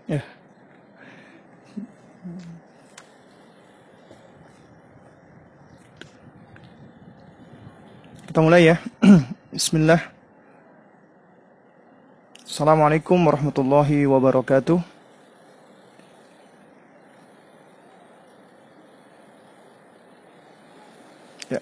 Ya, kita mulai ya. Bismillah. Assalamualaikum warahmatullahi wabarakatuh. Ya.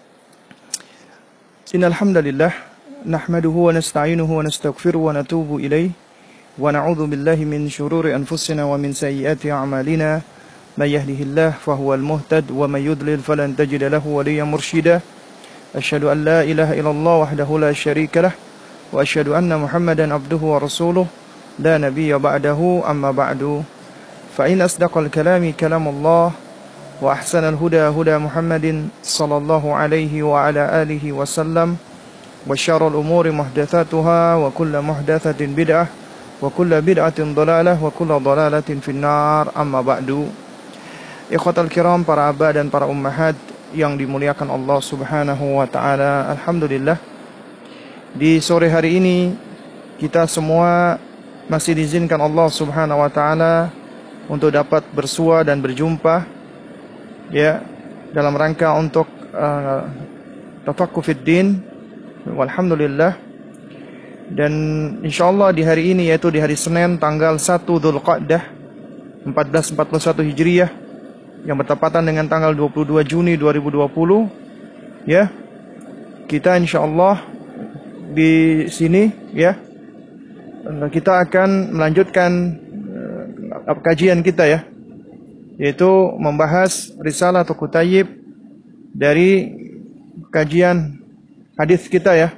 Innal hamdalillah nahmaduhu wa nasta'inuhu wa nastaghfiruhu wa natubu ilaih wa na'udzu billahi min shururi anfusina wa min sayyiati a'malina. May yahdihillahu fahuwal muhtad wa may yudlil falan tajida lahu waliyyan mursyida. Asyhadu an la ilaha illallah wahdahu la syarika lah wa asyhadu anna Muhammadan abduhu wa rasuluh la nabiyya ba'dahu amma ba'du. Fa in asdaqal kalami kalamullah wa ahsanal huda huda Muhammadin sallallahu alaihi wa ala alihi wasallam wa syarrul umuri muhdatsatuha wa kullu muhdatsatin bid'ah wa kullu bid'atin dhalalah wa kullu dhalalatin finnar amma ba'du. Ikhwatal kiram, para abah dan para ummahat yang dimuliakan Allah Subhanahu wa taala. Alhamdulillah, di sore hari ini kita semua masih diizinkan Allah Subhanahu wa taala untuk dapat bersua dan berjumpa ya, dalam rangka untuk tafaqquh fid din. Walhamdulillah. Dan insyaallah di hari ini, yaitu di hari Senin tanggal 1 Dzulqa'dah 1441 Hijriah yang bertepatan dengan tanggal 22 Juni 2020 ya, kita insyaallah di sini ya, kita akan melanjutkan kajian kita ya, yaitu membahas risalah atau kutayib dari kajian hadis kita ya,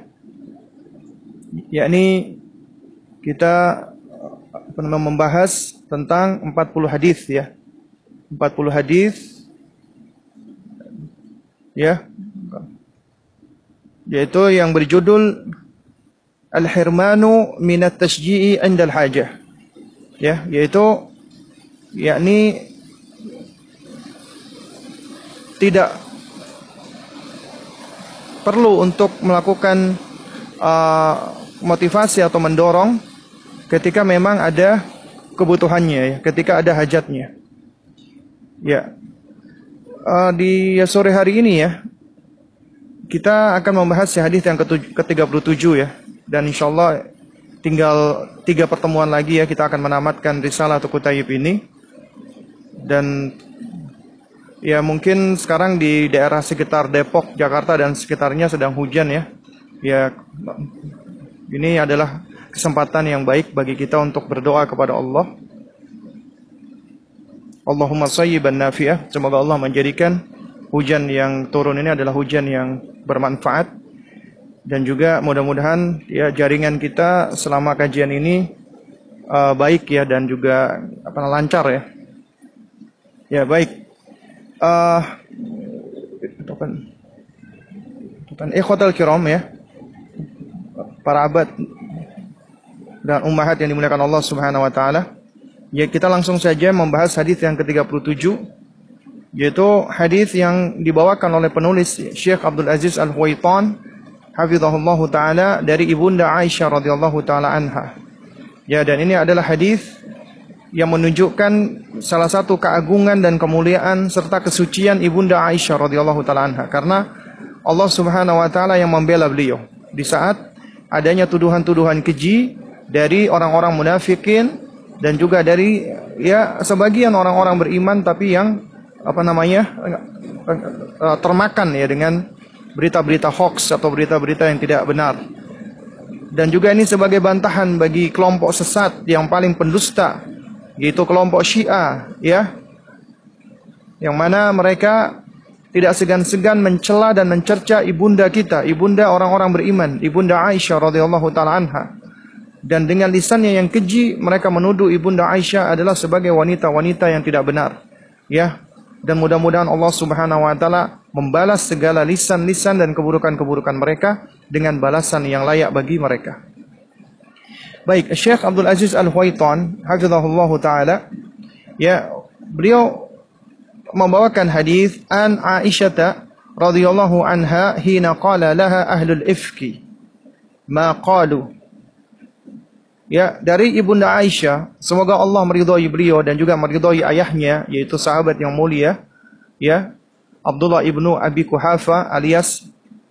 yakni kita membahas tentang 40 hadis ya, 40 hadis ya, yaitu yang berjudul Al-Hirmanu minat Tashji'i Indal Hajah ya, yaitu yakni tidak perlu untuk melakukan motivasi atau mendorong ketika memang ada kebutuhannya ya, ketika ada hajatnya ya. Di sore hari ini ya, kita akan membahas hadis yang ke-37 ya, dan insyaallah tinggal 3 pertemuan lagi ya, kita akan menamatkan risalah atau kutayib ini. Dan ya, mungkin sekarang di daerah sekitar Depok, Jakarta dan sekitarnya sedang hujan ya. Ya, ini adalah kesempatan yang baik bagi kita untuk berdoa kepada Allah. Allahumma shayyiban nafi'ah. Semoga Allah menjadikan hujan yang turun ini adalah hujan yang bermanfaat, dan juga mudah-mudahan ya jaringan kita selama kajian ini baik ya, dan juga lancar ya. Ya, baik. Ikhwatal kiram ya, para abad dan ummahat yang dimuliakan Allah Subhanahu wa taala. Ya, kita langsung saja membahas hadis yang ke-37, yaitu hadis yang dibawakan oleh penulis Syekh Abdul Aziz Al-Huwaitan hafizahullahu taala dari Ibunda Aisyah radhiyallahu taala anha. Ya, dan ini adalah hadis yang menunjukkan salah satu keagungan dan kemuliaan serta kesucian Ibunda Aisyah radhiyallahu taala anha, karena Allah Subhanahu wa taala yang membela beliau di saat adanya tuduhan-tuduhan keji dari orang-orang munafikin dan juga dari ya sebagian orang-orang beriman tapi yang termakan ya dengan berita-berita hoax atau berita-berita yang tidak benar. Dan juga ini sebagai bantahan bagi kelompok sesat yang paling pendusta, yaitu kelompok Syiah ya, yang mana mereka tidak segan-segan mencela dan mencerca ibunda kita, ibunda orang-orang beriman, Ibunda Aisyah radhiyallahu taala anha. Dan dengan lisannya yang keji mereka menuduh Ibunda Aisyah adalah sebagai wanita-wanita yang tidak benar ya. Dan mudah-mudahan Allah Subhanahu wa taala membalas segala lisan-lisan dan keburukan-keburukan mereka dengan balasan yang layak bagi mereka. Baik, Syekh Abdul Aziz Al-Huwaitan hafizahullahu taala ya, beliau membawakan hadis an Aisyah radhiyallahu anha hina qala laha ahlul ifki ma qalu ya dari Ibunda Aisyah, semoga Allah meridhai beliau dan juga meridhai ayahnya, yaitu sahabat yang mulia, ya, Abdullah ibnu Abi Quhafa alias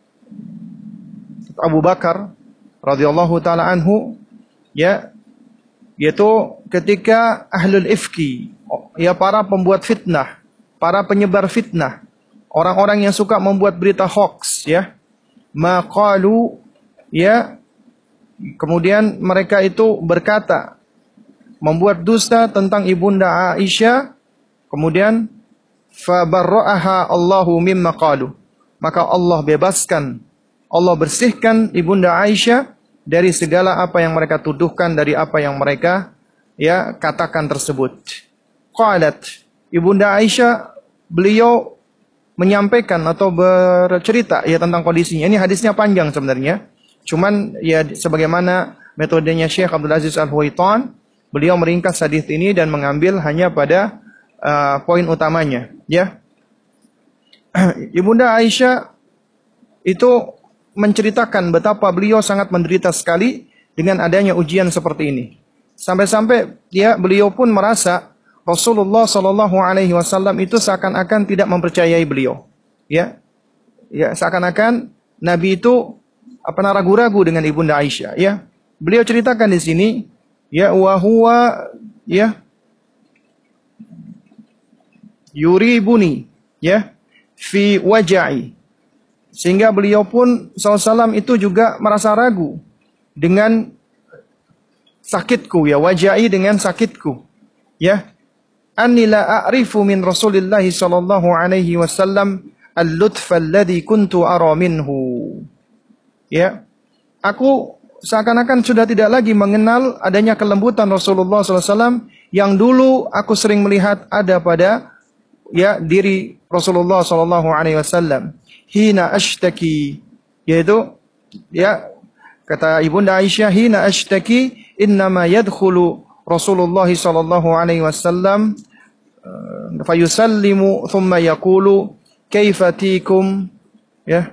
Abu Bakar radhiyallahu taala anhu, ya, yaitu ketika ahlul ifki, ya, para pembuat fitnah, para penyebar fitnah, orang-orang yang suka membuat berita hoax, ya, maqalu, ya, kemudian mereka itu berkata, membuat dusta tentang Ibunda Aisyah, kemudian fabarra'aha Allahu mimma qalu, maka Allah bebaskan, Allah bersihkan Ibunda Aisyah dari segala apa yang mereka tuduhkan, dari apa yang mereka, ya, katakan tersebut. Qalat, Ibunda Aisyah, beliau menyampaikan atau bercerita, ya, tentang kondisinya. Ini hadisnya panjang sebenarnya. Cuman, ya, sebagaimana metodenya Syekh Abdul Aziz Al-Huwaitan, beliau meringkas hadis ini dan mengambil hanya pada poin utamanya, ya. Ibunda Aisyah itu menceritakan betapa beliau sangat menderita sekali dengan adanya ujian seperti ini. Sampai-sampai, ya, beliau pun merasa Rasulullah Shallallahu Alaihi Wasallam itu seakan-akan tidak mempercayai beliau, ya, ya, seakan-akan Nabi itu ragu-ragu dengan Ibunda Aisyah, ya. Beliau ceritakan di sini, ya, wa huwa, ya, yuribuni, ya, fi waja'i, sehingga beliau pun SAW itu juga merasa ragu dengan sakitku, ya, waja'i dengan sakitku, ya, anni la a'rifu min Rasulillah sallallahu alaihi wasallam al-lutfa alladhi kuntu ara minhu, ya, aku seakan-akan sudah tidak lagi mengenal adanya kelembutan Rasulullah SAW yang dulu aku sering melihat ada pada, ya, diri Rasulullah sallallahu alaihi wasallam. Hina ashtaki, yaitu, ya, kata Ibunda Aisyah, hina ashtaki innama yadkhulu Rasulullah sallallahu alaihi wasallam fayusallimu thumma yaqulu kaifa tikum, ya,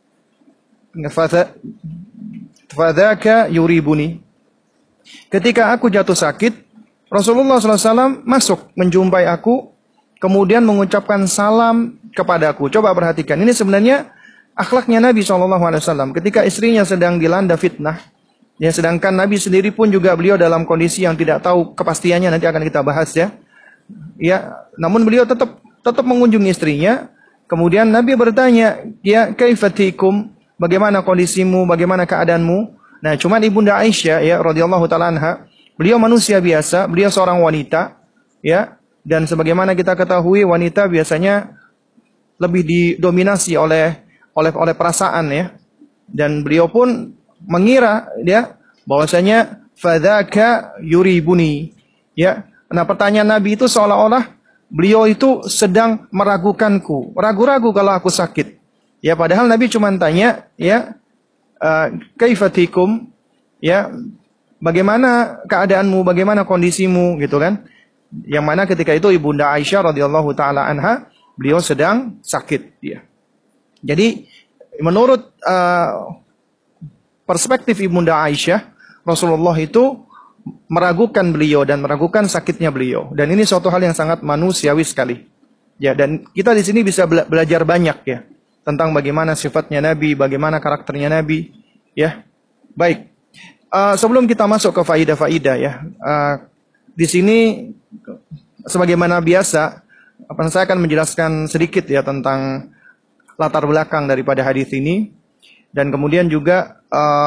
fadzaka yuribuni. Ketika aku jatuh sakit, Rasulullah sallallahu alaihi wasallam masuk menjumpai aku, kemudian mengucapkan salam kepadaku. Coba perhatikan, ini sebenarnya akhlaknya Nabi SAW ketika istrinya sedang dilanda fitnah, ya, sedangkan Nabi sendiri pun juga beliau dalam kondisi yang tidak tahu kepastiannya, nanti akan kita bahas, ya, ya, namun beliau tetap mengunjungi istrinya. Kemudian Nabi bertanya, ya, kaifatikum, bagaimana kondisimu, bagaimana keadaanmu. Nah, cuman Ibunda Aisyah, ya, radhiyallahu taala anha, beliau manusia biasa, beliau seorang wanita, ya. Dan sebagaimana kita ketahui, wanita biasanya lebih didominasi oleh perasaan, ya. Dan beliau pun mengira, ya, bahwasanya fadzaka yuribuni, ya. Nah, pertanyaan Nabi itu seolah-olah beliau itu sedang meragukanku, ragu-ragu kalau aku sakit. Ya, padahal Nabi cuma tanya, ya, kaifatikum, ya, bagaimana keadaanmu, bagaimana kondisimu, gitu kan. Yang mana ketika itu Ibunda Aisyah radhiyallahu taala anha, beliau sedang sakit, ya. Jadi menurut perspektif Ibunda Aisyah, Rasulullah itu meragukan beliau dan meragukan sakitnya beliau. Dan ini suatu hal yang sangat manusiawi sekali. Ya, dan kita di sini bisa belajar banyak, ya, tentang bagaimana sifatnya Nabi, bagaimana karakternya Nabi, ya. Baik. Sebelum kita masuk ke faidah-faidah, ya. Di sini sebagaimana biasa, saya akan menjelaskan sedikit, ya, tentang latar belakang daripada hadis ini, dan kemudian juga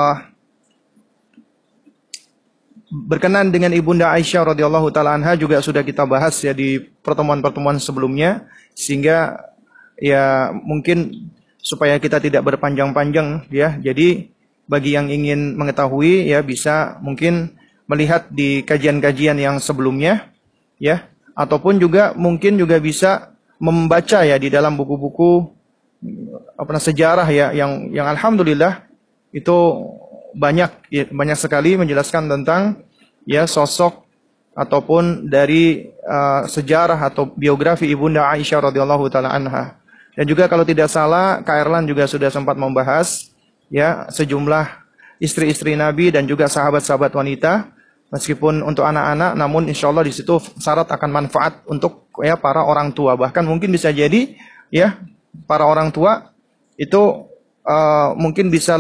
berkenan dengan Ibunda Aisyah radhiyallahu taala anha juga sudah kita bahas, ya, di pertemuan-pertemuan sebelumnya, sehingga, ya, mungkin supaya kita tidak berpanjang-panjang, ya. Jadi bagi yang ingin mengetahui, ya, bisa mungkin melihat di kajian-kajian yang sebelumnya, ya, ataupun juga mungkin juga bisa membaca, ya, di dalam buku-buku sejarah, ya, yang alhamdulillah itu banyak, ya, banyak sekali menjelaskan tentang, ya, sosok ataupun dari sejarah atau biografi Ibunda Aisyah radhiyallahu taala anha. Dan juga kalau tidak salah, Kak Erlan juga sudah sempat membahas, ya, sejumlah istri-istri Nabi dan juga sahabat-sahabat wanita Meskipun untuk anak-anak, namun insya Allah di situ syarat akan manfaat untuk ya para orang tua. Bahkan mungkin bisa jadi ya para orang tua itu mungkin bisa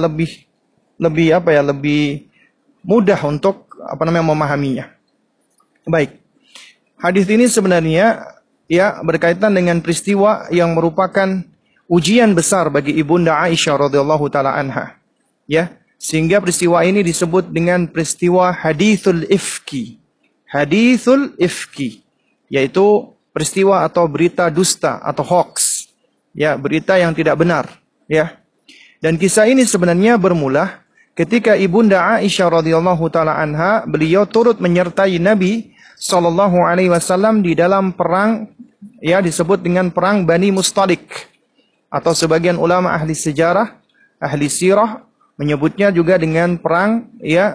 lebih mudah untuk memahaminya. Baik. Hadis ini sebenarnya ya berkaitan dengan peristiwa yang merupakan ujian besar bagi Ibunda Aisyah radhiyallahu taala anha. Ya, sehingga peristiwa ini disebut dengan peristiwa hadithul ifki. Hadithul ifki, yaitu peristiwa atau berita dusta atau hoax. Ya, berita yang tidak benar, ya. Dan kisah ini sebenarnya bermula ketika Ibunda Aisyah radhiyallahu taala anha, beliau turut menyertai Nabi sallallahu alaihi wasallam di dalam perang ya disebut dengan perang Bani Mustalik, atau sebagian ulama ahli sejarah, ahli sirah menyebutnya juga dengan perang ya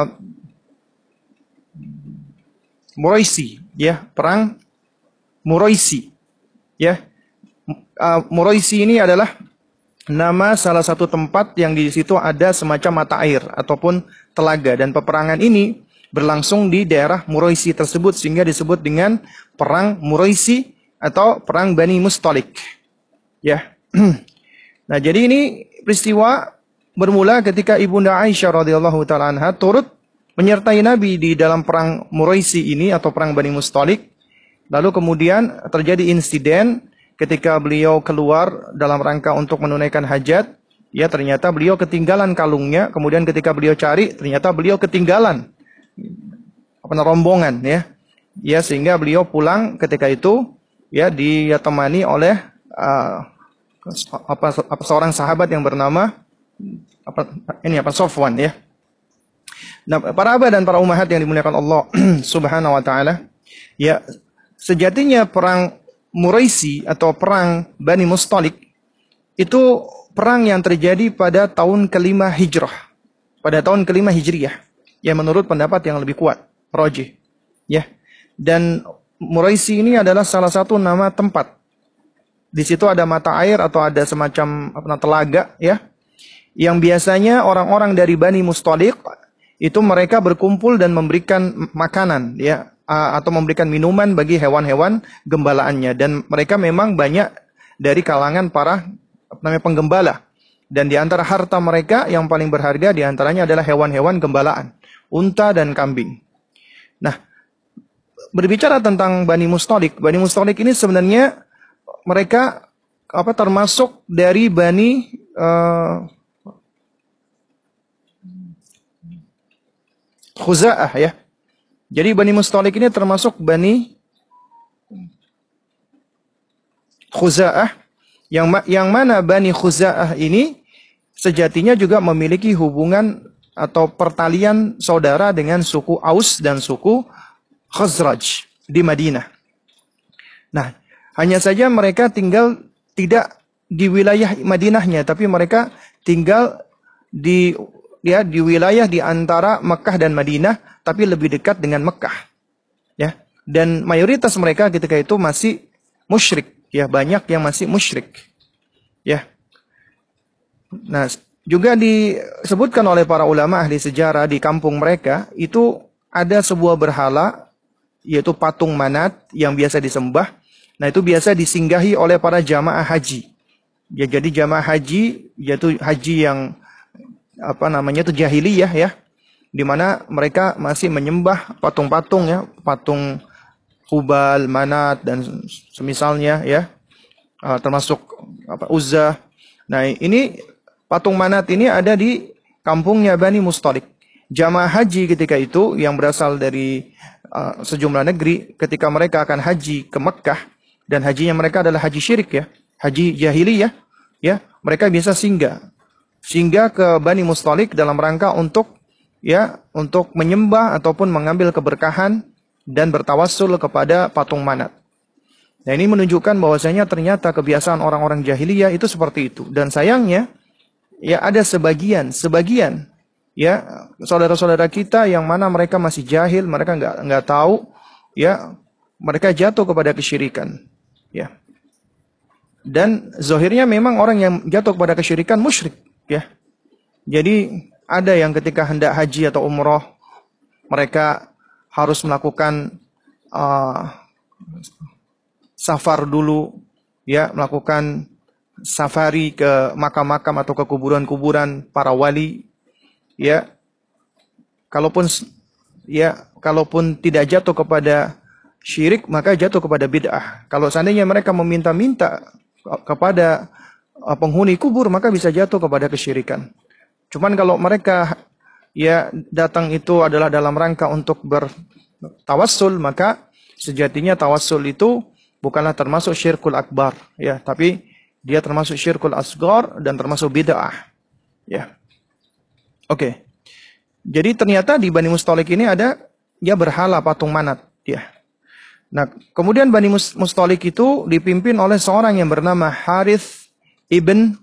Muraisi, ya, perang Muraisi, ya. Muraisi ini adalah nama salah satu tempat yang di situ ada semacam mata air ataupun telaga, dan peperangan ini berlangsung di daerah Muraisi tersebut sehingga disebut dengan perang Muraisi atau perang Bani Mustalik. Ya. Nah, jadi ini peristiwa bermula ketika Ibunda Aisyah radhiyallahu taala anha turut menyertai Nabi di dalam perang Muraisi ini atau perang Bani Mustalik. Lalu kemudian terjadi insiden ketika beliau keluar dalam rangka untuk menunaikan hajat, ya ternyata beliau ketinggalan kalungnya. Kemudian ketika beliau cari, ternyata beliau ketinggalan rombongan, ya. Ya, sehingga beliau pulang ketika itu, ya, ditemani oleh seorang sahabat yang bernama Sofwan, ya. Nah, para abah dan para ummahat yang dimuliakan Allah Subhanahu wa taala, ya, sejatinya perang Muraisi atau perang Bani Mustalik itu perang yang terjadi pada tahun kelima Hijrah, pada tahun kelima Hijriyah, ya, menurut pendapat yang lebih kuat, rajih, ya. Dan Muraisi ini adalah salah satu nama tempat. Di situ ada mata air atau ada semacam telaga, ya, yang biasanya orang-orang dari Bani Mustalik itu mereka berkumpul dan memberikan makanan, ya, atau memberikan minuman bagi hewan-hewan gembalaannya, dan mereka memang banyak dari kalangan para penggembala, dan di antara harta mereka yang paling berharga di antaranya adalah hewan-hewan gembalaan, unta dan kambing. Nah, berbicara tentang Bani Mustalik ini sebenarnya mereka termasuk dari Bani Khuza'ah, ya. Jadi Bani Mustalik ini termasuk Bani Khuza'ah, yang mana Bani Khuza'ah ini sejatinya juga memiliki hubungan atau pertalian saudara dengan suku Aus dan suku Khazraj di Madinah. Nah, hanya saja mereka tinggal tidak di wilayah Madinahnya, tapi mereka tinggal di wilayah di antara Mekah dan Madinah, tapi lebih dekat dengan Mekah, ya. Dan mayoritas mereka ketika itu masih musyrik, ya, banyak yang masih musyrik, ya. Nah, juga disebutkan oleh para ulama ahli sejarah di kampung mereka itu ada sebuah berhala, yaitu patung Manat yang biasa disembah. Nah, itu biasa disinggahi oleh para jamaah haji. Ya, jadi jamaah haji yaitu haji yang itu jahiliyah, ya, di mana mereka masih menyembah patung-patung, ya, patung Hubal, Manat dan semisalnya, ya, termasuk Uzza. Nah, ini patung Manat ini ada di kampungnya Bani Mustalik. Jamaah haji ketika itu yang berasal dari sejumlah negeri, ketika mereka akan haji ke Mekkah, dan hajinya mereka adalah haji syirik, ya, haji jahiliyah, ya, mereka biasa singgah ke Bani Mustalik dalam rangka untuk menyembah ataupun mengambil keberkahan dan bertawassul kepada patung Manat. Nah, ini menunjukkan bahwasanya ternyata kebiasaan orang-orang jahiliyah itu seperti itu. Dan sayangnya, ya, ada sebagian, ya, saudara-saudara kita yang mana mereka masih jahil, mereka nggak tahu, ya, mereka jatuh kepada kesyirikan, ya. Dan zahirnya memang orang yang jatuh kepada kesyirikan musyrik, ya. Jadi ada yang ketika hendak haji atau umroh mereka harus melakukan safar dulu, ya, melakukan safari ke makam-makam atau ke kuburan-kuburan para wali, ya. Kalaupun tidak jatuh kepada syirik, maka jatuh kepada bid'ah. Kalau seandainya mereka meminta-minta kepada penghuni kubur, maka bisa jatuh kepada kesyirikan. Cuman kalau mereka datang itu adalah dalam rangka untuk bertawassul, maka sejatinya tawassul itu bukanlah termasuk syirkul akbar, ya, tapi dia termasuk syirkul asghar dan termasuk bid'ah, ya. Oke. Jadi ternyata di Bani Mustalik ini ada berhala patung Manat, ya. Nah, kemudian Bani Mustalik itu dipimpin oleh seorang yang bernama Harith ibn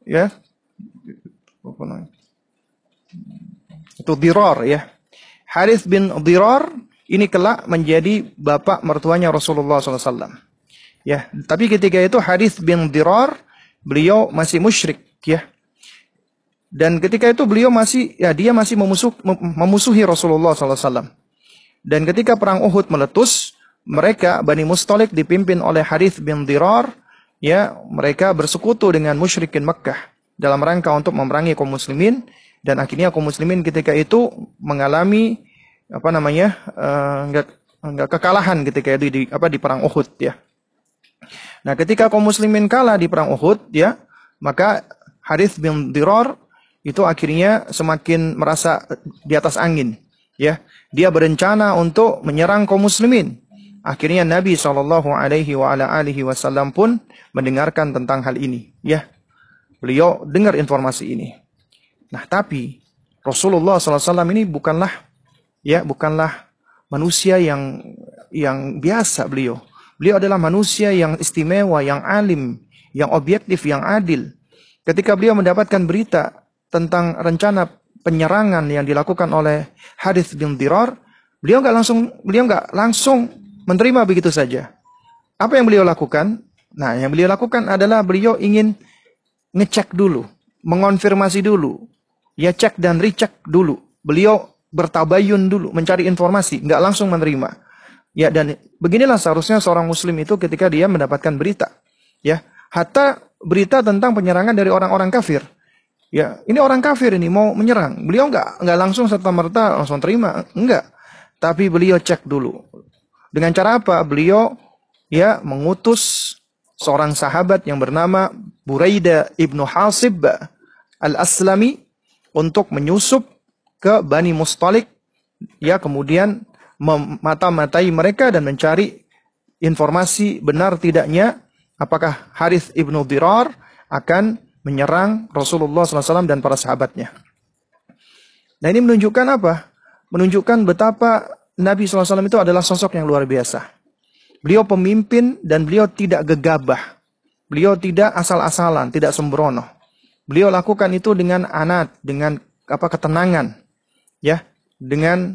itu Dirar, ya. Harith bin Dirar ini kelak menjadi bapak mertuanya Rasulullah SAW. Ya, tapi ketika itu Harith bin Dirar beliau masih musyrik, ya. Dan ketika itu beliau dia masih memusuhi Rasulullah SAW. Dan ketika perang Uhud meletus, mereka Bani Mustalik dipimpin oleh Harith bin Dirar, ya, mereka bersekutu dengan musyrikin Mekkah dalam rangka untuk memerangi kaum muslimin, dan akhirnya kaum muslimin ketika itu mengalami enggak kekalahan ketika itu di perang Uhud, ya. Nah, ketika kaum muslimin kalah di perang Uhud, ya, maka Harith bin Dirar itu akhirnya semakin merasa di atas angin, ya. Dia berencana untuk menyerang kaum muslimin. Akhirnya Nabi SAW pun mendengarkan tentang hal ini, ya. Beliau dengar informasi ini. Nah, tapi Rasulullah SAW ini bukanlah manusia yang biasa beliau. Beliau adalah manusia yang istimewa, yang alim, yang objektif, yang adil. Ketika beliau mendapatkan berita tentang rencana penyerangan yang dilakukan oleh Harith bin Dirar, beliau nggak langsung menerima begitu saja. Apa yang beliau lakukan? Nah, yang beliau lakukan adalah beliau ingin ngecek dulu, mengonfirmasi dulu, ya, cek dan recheck dulu. Beliau bertabayun dulu, mencari informasi, nggak langsung menerima. Ya, dan beginilah seharusnya seorang muslim itu ketika dia mendapatkan berita, ya, hatta berita tentang penyerangan dari orang-orang kafir. Ya, ini orang kafir ini mau menyerang. Beliau nggak langsung serta-merta langsung terima, enggak. Tapi beliau cek dulu. Dengan cara apa? Beliau mengutus seorang sahabat yang bernama Buraidah ibnu Hasib al-Aslami untuk menyusup ke Bani Mustalik, ya, kemudian memata-matai mereka dan mencari informasi benar tidaknya apakah Harith ibnu Dirar akan menyerang Rasulullah SAW dan para sahabatnya. Nah, ini menunjukkan apa? Menunjukkan betapa Nabi SAW itu adalah sosok yang luar biasa. Beliau pemimpin dan beliau tidak gegabah. Beliau tidak asal-asalan, tidak sembrono. Beliau lakukan itu dengan anat, dengan ketenangan, ya, dengan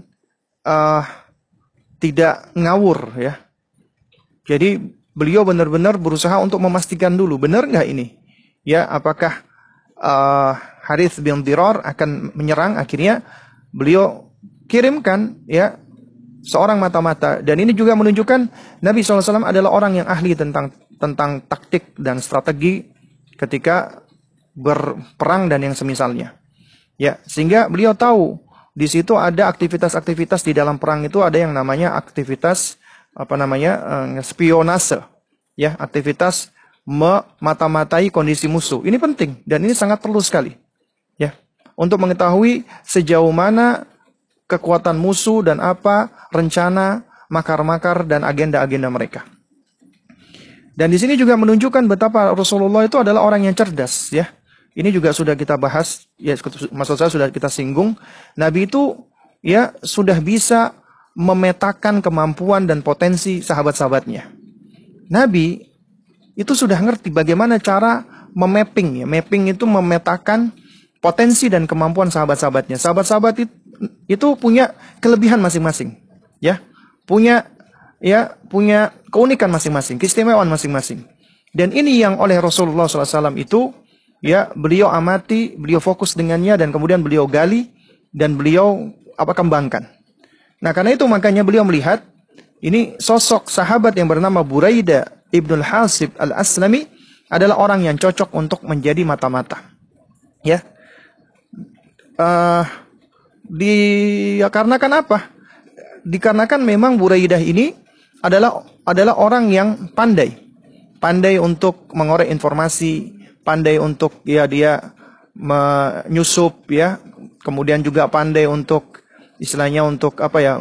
tidak ngawur, ya. Jadi beliau benar-benar berusaha untuk memastikan dulu benar nggak ini. Ya, apakah Harith bin Dirar akan menyerang? Akhirnya beliau kirimkan, ya, seorang mata-mata. Dan ini juga menunjukkan Nabi SAW adalah orang yang ahli tentang taktik dan strategi ketika berperang dan yang semisalnya. Ya, sehingga beliau tahu di situ ada aktivitas-aktivitas di dalam perang itu, ada yang namanya aktivitas spionase, ya, aktivitas memata-matai kondisi musuh. Ini penting dan ini sangat perlu sekali, ya, untuk mengetahui sejauh mana kekuatan musuh dan apa rencana, makar-makar dan agenda-agenda mereka. Dan di sini juga menunjukkan betapa Rasulullah itu adalah orang yang cerdas, ya. Ini juga sudah kita bahas, ya, maksud saya sudah kita singgung. Nabi itu, ya, sudah bisa memetakan kemampuan dan potensi sahabat-sahabatnya. Nabi itu sudah ngerti bagaimana cara memapping, ya. Mapping itu memetakan potensi dan kemampuan sahabat-sahabatnya. Sahabat-sahabat itu punya kelebihan masing-masing, ya. Punya keunikan masing-masing, keistimewaan masing-masing. Dan ini yang oleh Rasulullah SAW itu, ya, beliau amati, beliau fokus dengannya dan kemudian beliau gali dan beliau kembangkan. Nah, karena itu makanya beliau melihat ini sosok sahabat yang bernama Buraidah Ibnul Hasib Al-Aslami adalah orang yang cocok untuk menjadi mata-mata. Ya. Dikarenakan apa? Dikarenakan memang Buraidah ini adalah orang yang pandai untuk mengorek informasi, pandai untuk dia menyusup ya, kemudian juga pandai untuk istilahnya untuk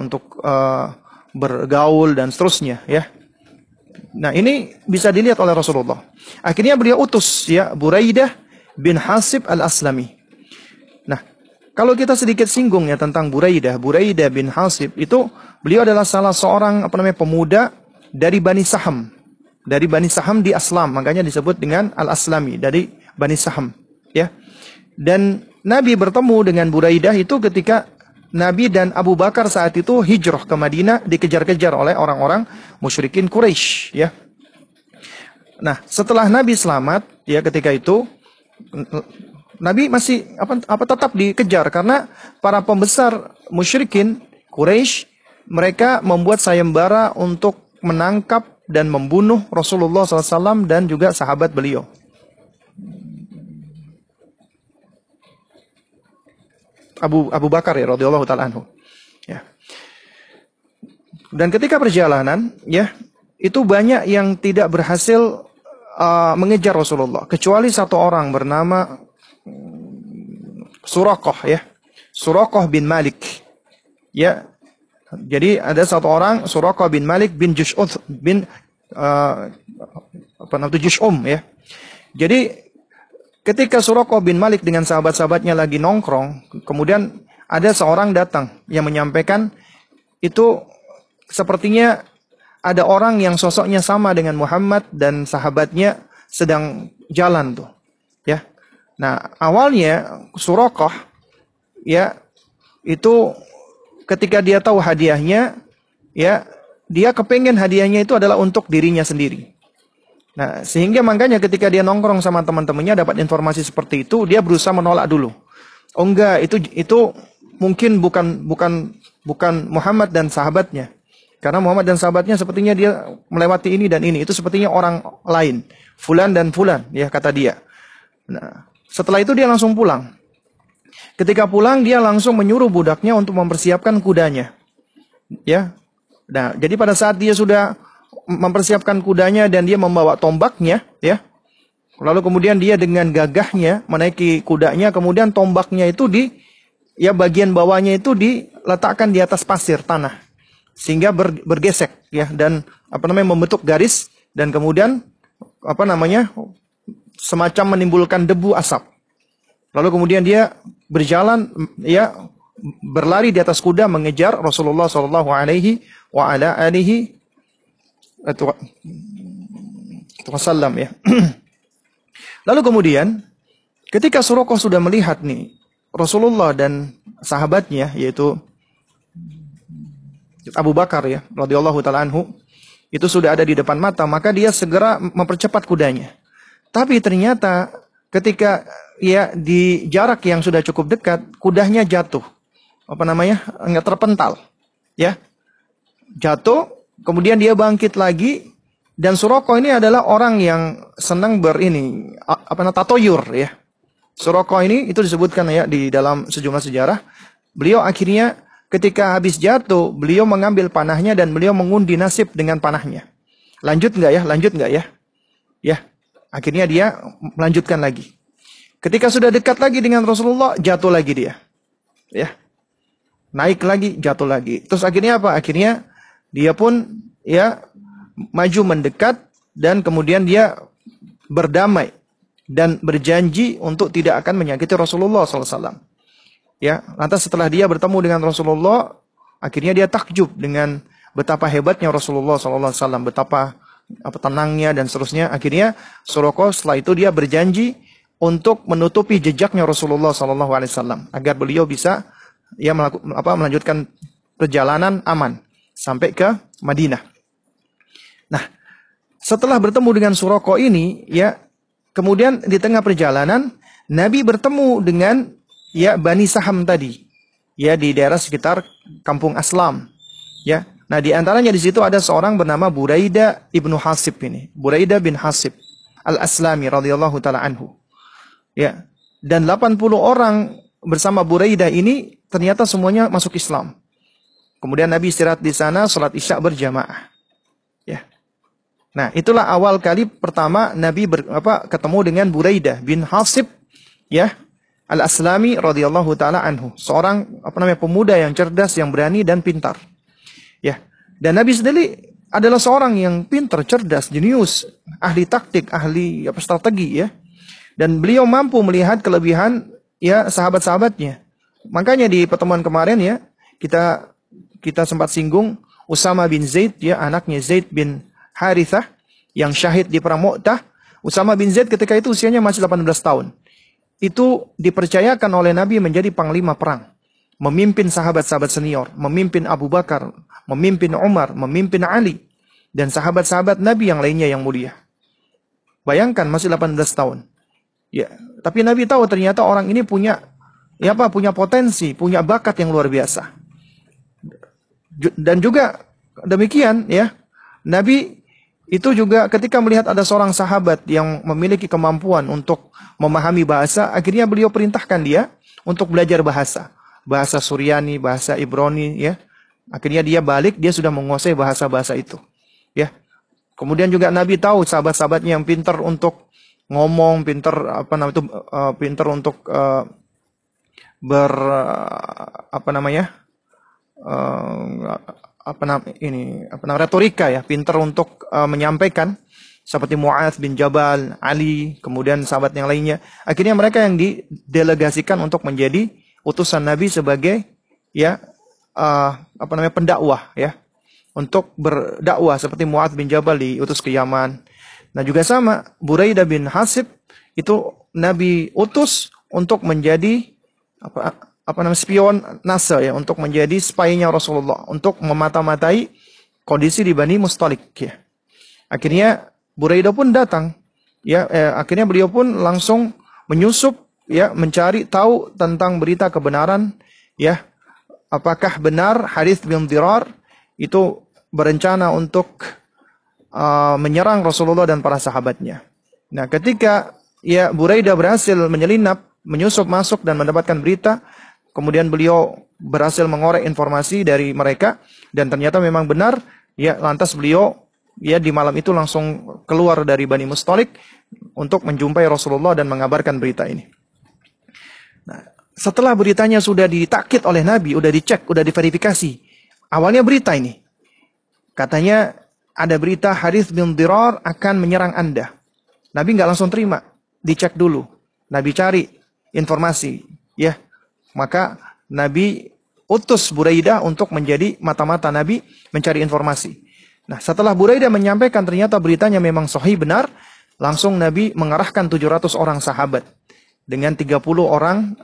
bergaul dan seterusnya ya. Nah, ini bisa dilihat oleh Rasulullah. Akhirnya beliau utus ya Buraidah bin Hasib Al-Aslami. Nah, kalau kita sedikit singgung ya tentang Buraidah bin Hasib itu, beliau adalah salah seorang pemuda dari Bani Saham. Dari Bani Saham di Aslam, makanya disebut dengan Al-Aslami, dari Bani Saham, ya. Dan Nabi bertemu dengan Buraidah itu ketika Nabi dan Abu Bakar saat itu hijrah ke Madinah, dikejar-kejar oleh orang-orang musyrikin Quraisy, ya. Nah, setelah Nabi selamat, ya ketika itu Nabi masih tetap dikejar karena para pembesar musyrikin Quraisy mereka membuat sayembara untuk menangkap dan membunuh Rasulullah SAW dan juga sahabat beliau. Abu Bakar ya radhiyallahu taala anhu. Ya. Dan ketika perjalanan ya, itu banyak yang tidak berhasil mengejar Rasulullah kecuali satu orang bernama Suraqah ya. Suraqah bin Malik. Ya. Jadi ada satu orang Suraqah bin Malik bin Jush'um bin Jush'um ya. Jadi ketika Suraqah bin Malik dengan sahabat-sahabatnya lagi nongkrong, kemudian ada seorang datang yang menyampaikan itu sepertinya ada orang yang sosoknya sama dengan Muhammad dan sahabatnya sedang jalan tuh, ya. Nah, awalnya Suraqah ya itu ketika dia tahu hadiahnya, ya dia kepengen hadiahnya itu adalah untuk dirinya sendiri. Nah, sehingga makanya ketika dia nongkrong sama teman-temannya dapat informasi seperti itu, dia berusaha menolak dulu. Oh enggak, itu mungkin bukan Muhammad dan sahabatnya. Karena Muhammad dan sahabatnya sepertinya dia melewati ini dan ini. Itu sepertinya orang lain. Fulan dan fulan, ya kata dia. Nah, setelah itu dia langsung pulang. Ketika pulang dia langsung menyuruh budaknya untuk mempersiapkan kudanya. Ya. Nah, jadi pada saat dia sudah mempersiapkan kudanya dan dia membawa tombaknya, ya. Lalu kemudian dia dengan gagahnya menaiki kudanya, kemudian tombaknya itu bagian bawahnya itu diletakkan di atas pasir tanah sehingga bergesek, ya, dan membentuk garis dan kemudian semacam menimbulkan debu asap. Lalu kemudian dia berjalan, ya, berlari di atas kuda mengejar Rasulullah Shallallahu Alaihi Wasallam, ya. Lalu kemudian ketika Suraqah sudah melihat nih Rasulullah dan sahabatnya yaitu Abu Bakar ya radhiyallahu taala anhu itu sudah ada di depan mata, maka dia segera mempercepat kudanya. Tapi ternyata ketika ya di jarak yang sudah cukup dekat, kudanya jatuh. Enggak terpental. Ya. Jatuh, kemudian dia bangkit lagi, dan Suraqah ini adalah orang yang senang tatoyur ya. Suraqah ini itu disebutkan ya di dalam sejumlah sejarah. Beliau akhirnya ketika habis jatuh, beliau mengambil panahnya dan beliau mengundi nasib dengan panahnya. Lanjut enggak ya? Ya. Akhirnya dia melanjutkan lagi. Ketika sudah dekat lagi dengan Rasulullah, jatuh lagi dia. Ya. Naik lagi, jatuh lagi. Terus akhirnya apa? Akhirnya dia pun ya maju mendekat dan kemudian dia berdamai dan berjanji untuk tidak akan menyakiti Rasulullah SAW. Ya, lantas setelah dia bertemu dengan Rasulullah, akhirnya dia takjub dengan betapa hebatnya Rasulullah SAW, betapa tenangnya dan seterusnya. Akhirnya Suraqah setelah itu dia berjanji untuk menutupi jejaknya Rasulullah SAW agar beliau bisa ya melanjutkan perjalanan aman sampai ke Madinah. Nah, setelah bertemu dengan Suraqah ini, ya, kemudian di tengah perjalanan Nabi bertemu dengan ya Bani Saham tadi, ya di daerah sekitar Kampung Aslam, Ya. Nah, di antaranya di situ ada seorang bernama Buraidah ibnu Hasib ini. Buraidah bin Hasib al-Aslami radhiyallahu taala anhu. Ya. Dan 80 orang bersama Buraidah ini ternyata semuanya masuk Islam. Kemudian Nabi istirahat di sana, salat Isya berjamaah. Ya. Nah, itulah awal kali pertama Nabi ketemu dengan Buraidah bin Hasib, ya, al-Aslami radhiyallahu taala anhu, seorang pemuda yang cerdas, yang berani dan pintar. Ya. Dan Nabi sendiri adalah seorang yang pintar, cerdas, jenius, ahli taktik, ahli strategi, ya. Dan beliau mampu melihat kelebihan ya sahabat-sahabatnya. Makanya di pertemuan kemarin ya, kita sempat singgung Usama bin Zaid, ya, anaknya Zaid bin Harithah yang syahid di perang Mu'tah. Usama bin Zaid ketika itu usianya masih 18 tahun. Itu dipercayakan oleh Nabi menjadi panglima perang. Memimpin sahabat-sahabat senior, memimpin Abu Bakar, memimpin Umar, memimpin Ali, dan sahabat-sahabat Nabi yang lainnya yang mulia. Bayangkan masih 18 tahun. Ya, tapi Nabi tahu ternyata orang ini punya potensi, punya bakat yang luar biasa. Dan juga demikian ya, Nabi itu juga ketika melihat ada seorang sahabat yang memiliki kemampuan untuk memahami bahasa, akhirnya beliau perintahkan dia untuk belajar bahasa Suryani, bahasa Ibrani, ya. Akhirnya dia balik, dia sudah menguasai bahasa-bahasa itu, ya. Kemudian juga Nabi tahu sahabat-sahabatnya yang pintar untuk ngomong, pintar pintar untuk retorika, ya, pintar untuk menyampaikan, seperti Mu'adz bin Jabal, Ali, kemudian sahabat yang lainnya. Akhirnya mereka yang didelegasikan untuk menjadi utusan Nabi sebagai pendakwah, ya, untuk berdakwah, seperti Mu'adz bin Jabal diutus ke Yaman. Nah, juga sama Buraidah bin Hasib itu Nabi utus untuk menjadi spion NASA, ya, untuk menjadi spy-nya Rasulullah, untuk memata-matai kondisi di Bani Mustalik, ya. Akhirnya Buraidah pun datang, ya, akhirnya beliau pun langsung menyusup, ya, mencari tahu tentang berita kebenaran, ya, apakah benar Harits bin Dirar itu berencana untuk menyerang Rasulullah dan para sahabatnya. Nah, ketika ya Buraidah berhasil menyelinap, menyusup masuk dan mendapatkan berita, kemudian beliau berhasil mengorek informasi dari mereka dan ternyata memang benar, ya, lantas beliau ya di malam itu langsung keluar dari Bani Mustalik untuk menjumpai Rasulullah dan mengabarkan berita ini. Nah, setelah beritanya sudah ditakkid oleh Nabi, sudah dicek, sudah diverifikasi. Awalnya berita ini katanya ada berita Harits bin Dirar akan menyerang Anda. Nabi nggak langsung terima, dicek dulu. Nabi cari informasi, ya. Maka Nabi utus Buraidah untuk menjadi mata-mata Nabi mencari informasi. Nah, setelah Buraidah menyampaikan ternyata beritanya memang sahih benar, langsung Nabi mengarahkan 700 orang sahabat dengan 30 orang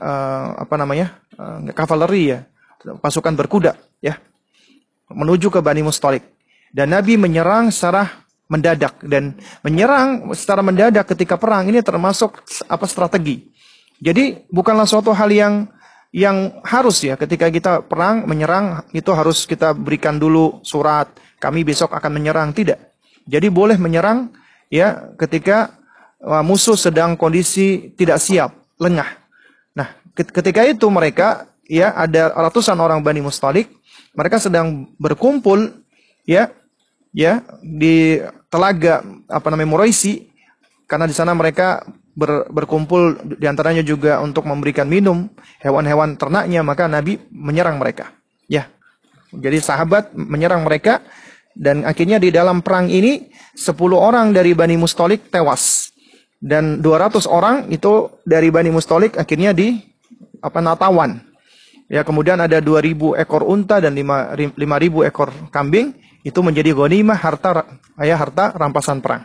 kavaleri, ya, pasukan berkuda, ya, menuju ke Bani Mustalik. Dan Nabi menyerang secara mendadak, dan menyerang secara mendadak ketika perang ini termasuk strategi. Jadi bukanlah suatu hal yang harus, ya, ketika kita perang menyerang itu harus kita berikan dulu surat kami besok akan menyerang, tidak. Jadi boleh menyerang, ya, ketika musuh sedang kondisi tidak siap, lengah. Nah, ketika itu mereka, ya, ada ratusan orang Bani Mustalik, mereka sedang berkumpul, ya, di telaga Muraisi, karena di sana mereka berkumpul, diantaranya juga untuk memberikan minum hewan-hewan ternaknya, maka Nabi menyerang mereka, ya. Jadi sahabat menyerang mereka, dan akhirnya di dalam perang ini 10 orang dari Bani Mustalik tewas, dan 200 orang itu dari Bani Mustalik akhirnya tawan. Ya, kemudian ada 2.000 ekor unta dan 5.000 ekor kambing. Itu menjadi ghanimah, harta rampasan perang.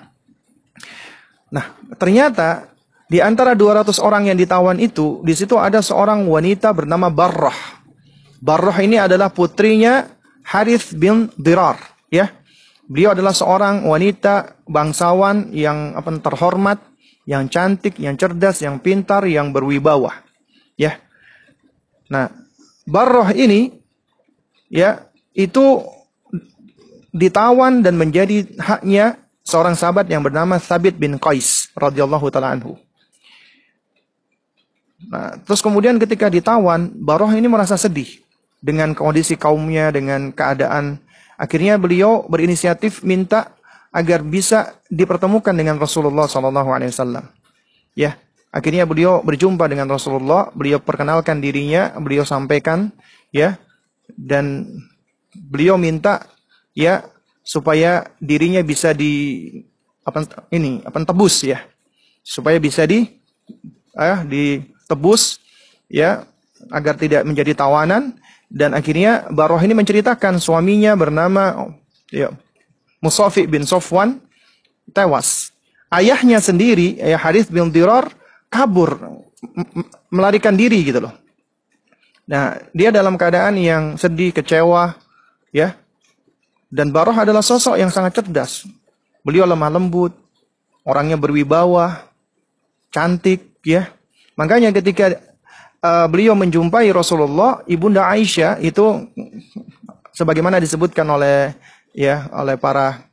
Nah, ternyata di antara 200 orang yang ditawan itu, di situ ada seorang wanita bernama Barrah. Barrah ini adalah putrinya Harits bin Dirar, ya. Beliau adalah seorang wanita bangsawan yang terhormat, yang cantik, yang cerdas, yang pintar, yang berwibawa, ya. Nah, Barrah ini, ya, itu ditawan dan menjadi haknya seorang sahabat yang bernama Thabit bin Qais radhiyallahu taala anhu. Nah, terus kemudian ketika ditawan, Baroh ini merasa sedih dengan kondisi kaumnya, dengan keadaan. Akhirnya beliau berinisiatif minta agar bisa dipertemukan dengan Rasulullah SAW. Ya, akhirnya beliau berjumpa dengan Rasulullah, beliau perkenalkan dirinya, beliau sampaikan, ya, dan beliau minta, ya, supaya dirinya bisa tebus, ya, supaya bisa ditebus, ya, agar tidak menjadi tawanan. Dan akhirnya Baroh ini menceritakan suaminya bernama Musafi bin Sofwan tewas. Ayahnya sendiri, Harith bin Dirar, kabur, melarikan diri gitu loh. Nah, dia dalam keadaan yang sedih, kecewa, ya. Dan Baroh adalah sosok yang sangat cerdas. Beliau lemah lembut, orangnya berwibawa, cantik, ya. Makanya ketika beliau menjumpai Rasulullah, Ibunda Aisyah itu sebagaimana disebutkan oleh para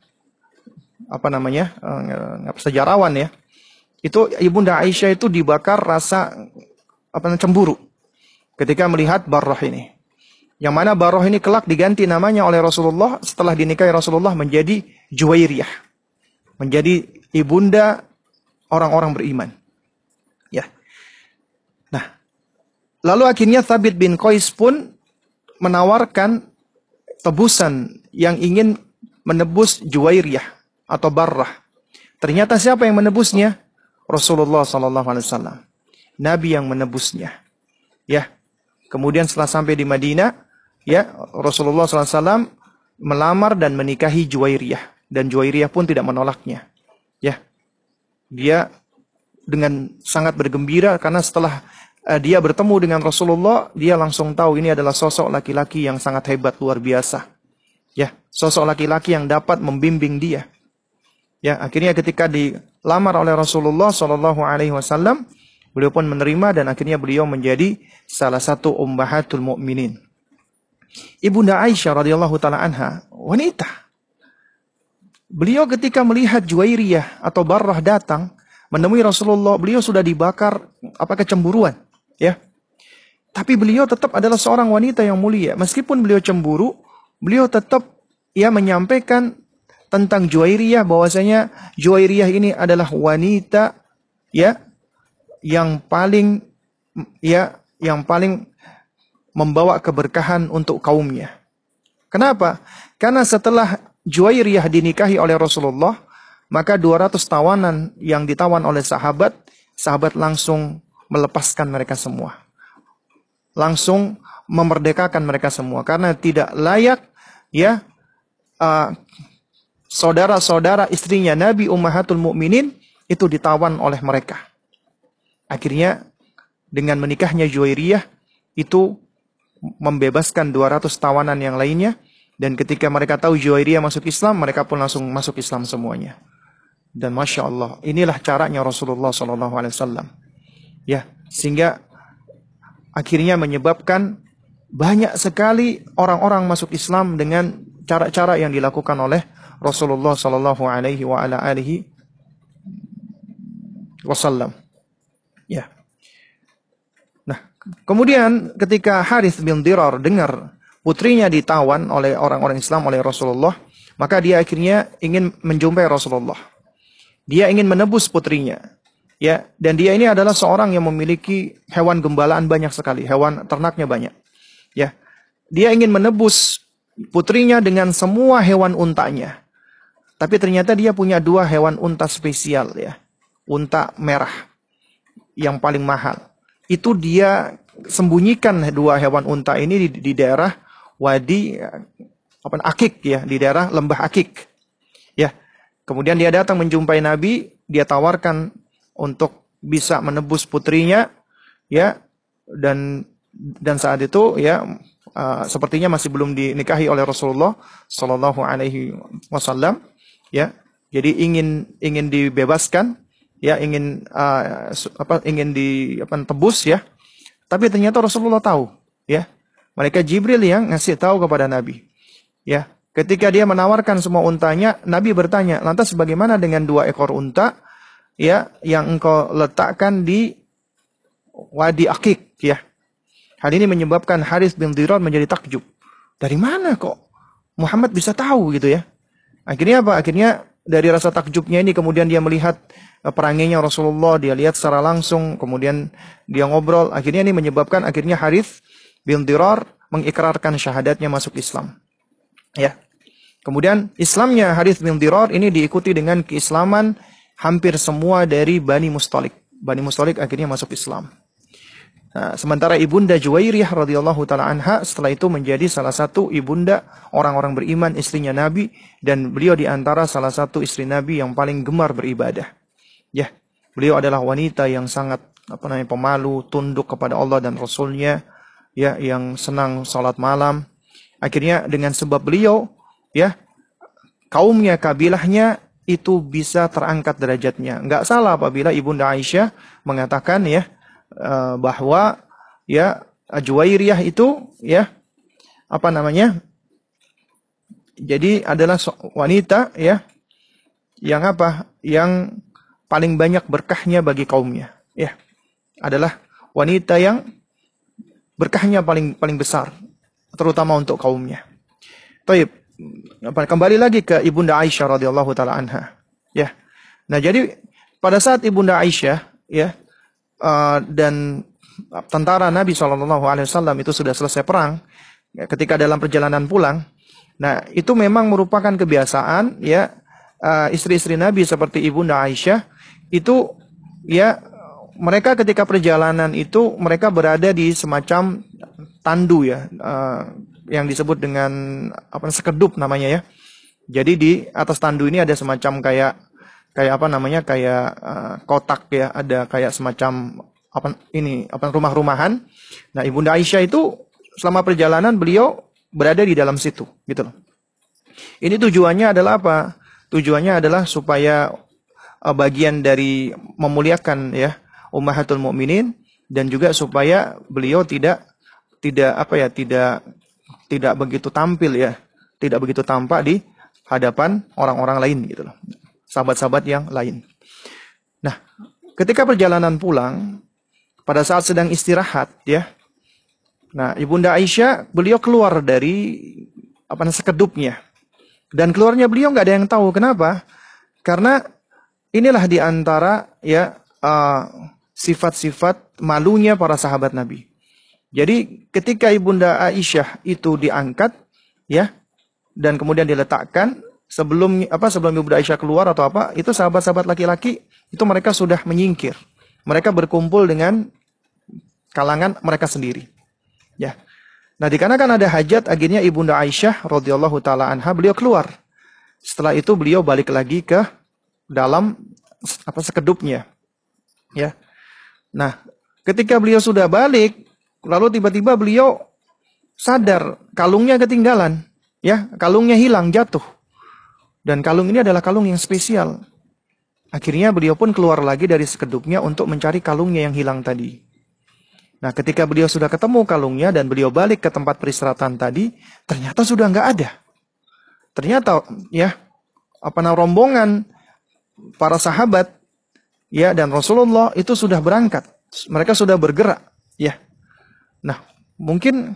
sejarawan, ya. Itu Ibunda Aisyah itu dibakar rasa cemburu ketika melihat Baroh ini. Yang mana Baroh ini kelak diganti namanya oleh Rasulullah setelah dinikahi Rasulullah menjadi Juwairiyah. Menjadi ibunda orang-orang beriman. Ya. Nah, lalu akhirnya Thabit bin Qais pun menawarkan tebusan yang ingin menebus Juwairiyah atau Barrah. Ternyata siapa yang menebusnya? Rasulullah SAW. Nabi yang menebusnya. Ya. Kemudian setelah sampai di Madinah, ya, Rasulullah SAW melamar dan menikahi Juwairiyah. Dan Juwairiyah pun tidak menolaknya. Ya. Dia dengan sangat bergembira karena setelah dia bertemu dengan Rasulullah, dia langsung tahu ini adalah sosok laki-laki yang sangat hebat, luar biasa. Ya, sosok laki-laki yang dapat membimbing dia. Ya, akhirnya ketika dilamar oleh Rasulullah SAW, beliau pun menerima dan akhirnya beliau menjadi salah satu ummahatul mukminin. Ibunda Aisyah radhiyallahu taala anha, wanita. Beliau ketika melihat Juwairiyah atau Barrah datang menemui Rasulullah, beliau sudah dibakar kecemburuan, ya. Tapi beliau tetap adalah seorang wanita yang mulia. Meskipun beliau cemburu, beliau tetap menyampaikan tentang Juwairiyah bahwasanya Juwairiyah ini adalah wanita, ya, yang paling membawa keberkahan untuk kaumnya. Kenapa? Karena setelah Juwairiyah dinikahi oleh Rasulullah, maka 200 tawanan yang ditawan oleh sahabat langsung melepaskan mereka semua. Langsung memerdekakan mereka semua. Karena tidak layak, ya, saudara-saudara istrinya Nabi Ummahatul Mukminin itu ditawan oleh mereka. Akhirnya dengan menikahnya Juwairiyah itu membebaskan 200 tawanan yang lainnya. Dan ketika mereka tahu Juwairiyah masuk Islam, mereka pun langsung masuk Islam semuanya. Dan Masya Allah, inilah caranya Rasulullah SAW. Ya, sehingga akhirnya menyebabkan banyak sekali orang-orang masuk Islam dengan cara-cara yang dilakukan oleh Rasulullah SAW. Ya. Nah, kemudian ketika Harith bin Dirar dengar putrinya ditawan oleh orang-orang Islam oleh Rasulullah, maka dia akhirnya ingin menjumpai Rasulullah. Dia ingin menebus putrinya. Ya, dan dia ini adalah seorang yang memiliki hewan gembalaan banyak sekali, hewan ternaknya banyak. Ya. Dia ingin menebus putrinya dengan semua hewan untanya. Tapi ternyata dia punya 2 hewan unta spesial, ya. Unta merah yang paling mahal. Itu dia sembunyikan 2 hewan unta ini di daerah Wadi Akik, ya, di daerah Lembah Akik. Ya. Kemudian dia datang menjumpai Nabi, dia tawarkan untuk bisa menebus putrinya, ya, dan saat itu, ya, sepertinya masih belum dinikahi oleh Rasulullah Shallallahu Alaihi Wasallam, ya, jadi ingin dibebaskan, ya, ingin ditebus, ya, tapi ternyata Rasulullah tahu, ya, malaikat Jibril yang ngasih tahu kepada Nabi, ya, Ketika dia menawarkan semua untanya, Nabi bertanya, lantas bagaimana dengan 2 ekor unta ya yang engkau letakkan di Wadi Aqiq ya. Hal ini menyebabkan Harits bin Dhirar menjadi takjub. Dari mana kok Muhammad bisa tahu gitu ya? Akhirnya apa? Akhirnya dari rasa takjubnya ini kemudian dia melihat perangainya Rasulullah, dia lihat secara langsung, kemudian dia ngobrol. Akhirnya ini menyebabkan akhirnya Harits bin Dhirar mengikrarkan syahadatnya masuk Islam. Ya. Kemudian Islamnya Harits bin Dhirar ini diikuti dengan keislaman hampir semua dari Bani Mustalik. Bani Mustalik akhirnya masuk Islam. Nah, sementara ibunda Juwairiyah radhiyallahu taala anha setelah itu menjadi salah satu ibunda orang-orang beriman, istrinya Nabi, dan beliau di antara salah satu istri Nabi yang paling gemar beribadah. Ya, beliau adalah wanita yang sangat pemalu, tunduk kepada Allah dan Rasulnya, ya, yang senang salat malam. Akhirnya dengan sebab beliau, ya, kaumnya, kabilahnya itu bisa terangkat derajatnya. Enggak salah apabila ibunda Aisyah mengatakan ya bahwa ya Juwairiyah itu ya jadi adalah wanita ya yang yang paling banyak berkahnya bagi kaumnya ya, adalah wanita yang berkahnya paling besar terutama untuk kaumnya. Taib, kembali lagi ke ibunda Aisyah radhiyallahu taala anha ya. Nah, jadi pada saat ibunda Aisyah ya dan tentara Nabi SAW itu sudah selesai perang, ya, ketika dalam perjalanan pulang, nah itu memang merupakan kebiasaan ya istri-istri Nabi seperti ibunda Aisyah itu ya, mereka ketika perjalanan itu mereka berada di semacam tandu ya, yang disebut dengan sekedup namanya ya. Jadi di atas tandu ini ada semacam kayak kotak ya, ada kayak semacam rumah-rumahan. Nah, ibunda Aisyah itu selama perjalanan beliau berada di dalam situ gitu loh. Ini tujuannya adalah apa? Tujuannya adalah supaya bagian dari memuliakan ya ummahatul mukminin, dan juga supaya beliau tidak begitu tampil ya, tidak begitu tampak di hadapan orang-orang lain gitu loh, sahabat-sahabat yang lain. Nah, ketika perjalanan pulang, pada saat sedang istirahat ya, nah ibunda Aisyah beliau keluar dari sekedupnya, dan keluarnya beliau nggak ada yang tahu kenapa, karena inilah di antara ya sifat-sifat malunya para sahabat Nabi. Jadi ketika ibunda Aisyah itu diangkat ya, dan kemudian diletakkan sebelum ibunda Aisyah keluar atau itu sahabat-sahabat laki-laki itu mereka sudah menyingkir. Mereka berkumpul dengan kalangan mereka sendiri. Ya. Nah, dikarenakan ada hajat, akhirnya ibunda Aisyah radhiyallahu taala anha beliau keluar. Setelah itu beliau balik lagi ke dalam sekedupnya. Ya. Nah, ketika beliau sudah balik, lalu tiba-tiba beliau sadar kalungnya ketinggalan, ya, kalungnya hilang, jatuh. Dan kalung ini adalah kalung yang spesial. Akhirnya beliau pun keluar lagi dari sekedupnya untuk mencari kalungnya yang hilang tadi. Nah, ketika beliau sudah ketemu kalungnya dan beliau balik ke tempat peristirahatan tadi, ternyata sudah nggak ada. Ternyata ya, rombongan para sahabat ya dan Rasulullah itu sudah berangkat. Mereka sudah bergerak, ya. Nah, mungkin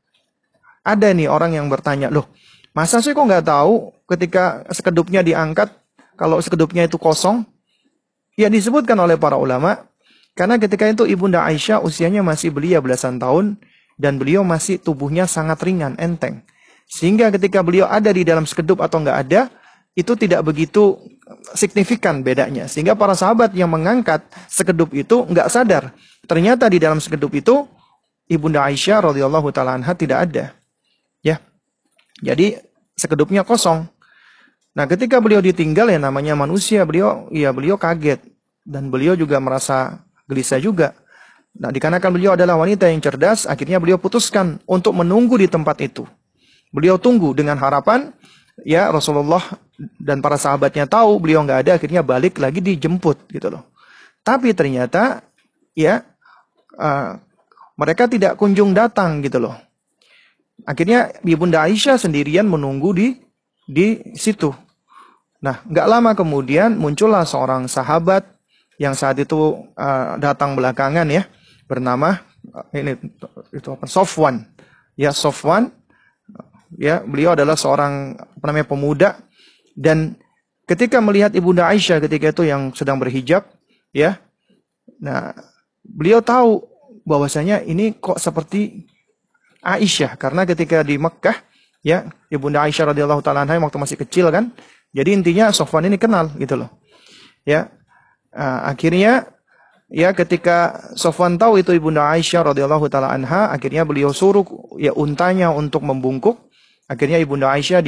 ada nih orang yang bertanya, loh, masa sih kok nggak tahu ketika sekedupnya diangkat, kalau sekedupnya itu kosong? Ya, disebutkan oleh para ulama, karena ketika itu ibunda Aisyah usianya masih belia belasan tahun, dan beliau masih tubuhnya sangat ringan, enteng. Sehingga ketika beliau ada di dalam sekedup atau nggak ada, itu tidak begitu signifikan bedanya. Sehingga para sahabat yang mengangkat sekedup itu nggak sadar. Ternyata di dalam sekedup itu, ibunda Aisyah radhiyallahu taala anha tidak ada. Ya. Jadi sekedupnya kosong. Nah, ketika beliau ditinggal, ya namanya manusia, beliau kaget. Dan beliau juga merasa gelisah juga. Nah, dikarenakan beliau adalah wanita yang cerdas, akhirnya beliau putuskan untuk menunggu di tempat itu. Beliau tunggu dengan harapan, ya Rasulullah dan para sahabatnya tahu beliau nggak ada, akhirnya balik lagi dijemput gitu loh. Tapi ternyata, ya mereka tidak kunjung datang gitu loh. Akhirnya Ibunda Aisyah sendirian menunggu di situ. Nah, nggak lama kemudian muncullah seorang sahabat yang saat itu datang belakangan ya, bernama ini itu apa? Sofwan. Ya, Sofwan. Ya, beliau adalah seorang pemuda, dan ketika melihat Ibunda Aisyah ketika itu yang sedang berhijab, ya. Nah, beliau tahu bahwasanya ini kok seperti Aisyah, karena ketika di Mekkah, ya, Ibunda Aisyah radhiyallahu taala anha waktu masih kecil kan. Jadi intinya Sofwan ini kenal gitu loh. Ya. Akhirnya ya ketika Sofwan tahu itu Ibunda Aisyah radhiyallahu taala anha, akhirnya beliau suruh ya untanya untuk membungkuk. Akhirnya Ibunda Aisyah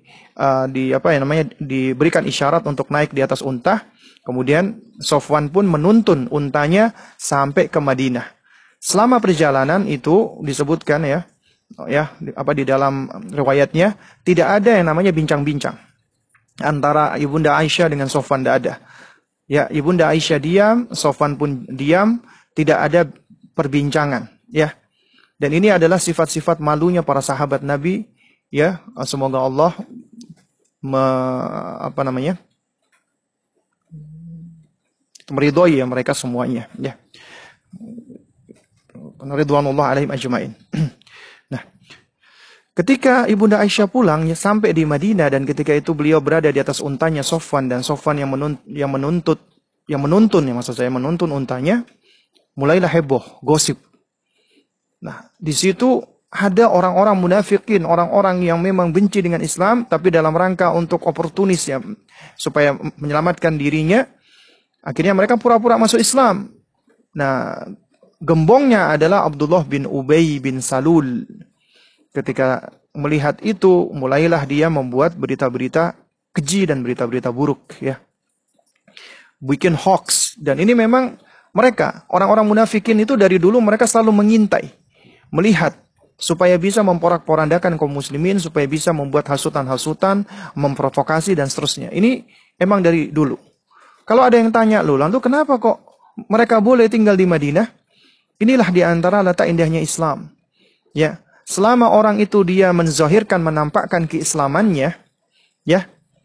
diberikan isyarat untuk naik di atas unta. Kemudian Sofwan pun menuntun untanya sampai ke Madinah. Selama perjalanan itu disebutkan di dalam riwayatnya tidak ada yang namanya bincang-bincang antara Ibunda Aisyah dengan Sofwan, tidak ada. Ya, Ibunda Aisyah diam, Sofwan pun diam, tidak ada perbincangan, ya. Dan ini adalah sifat-sifat malunya para sahabat Nabi, ya. Semoga Allah meridhoi ya mereka semuanya, ya. Ridwanullah alaihim ajmain. Nah, ketika Ibunda Aisyah pulang ya, sampai di Madinah, dan ketika itu beliau berada di atas untanya Sofwan, dan Sofwan yang menuntun untanya, mulailah heboh, gosip. Nah, di situ ada orang-orang munafikin, orang-orang yang memang benci dengan Islam, tapi dalam rangka untuk oportunis ya, supaya menyelamatkan dirinya, akhirnya mereka pura-pura masuk Islam. Nah, gembongnya adalah Abdullah bin Ubay bin Salul. Ketika melihat itu, mulailah dia membuat berita-berita keji dan berita-berita buruk, ya. Bikin hoax. Dan ini memang mereka, orang-orang munafikin itu dari dulu mereka selalu mengintai, melihat, supaya bisa memporak-porandakan kaum muslimin, supaya bisa membuat hasutan-hasutan, memprovokasi dan seterusnya. Ini emang dari dulu. Kalau ada yang tanya, loh, lalu kenapa kok mereka boleh tinggal di Madinah? Inilah di antara letak indahnya Islam. Ya, selama orang itu dia menzahirkan, menampakkan keislamannya, ya,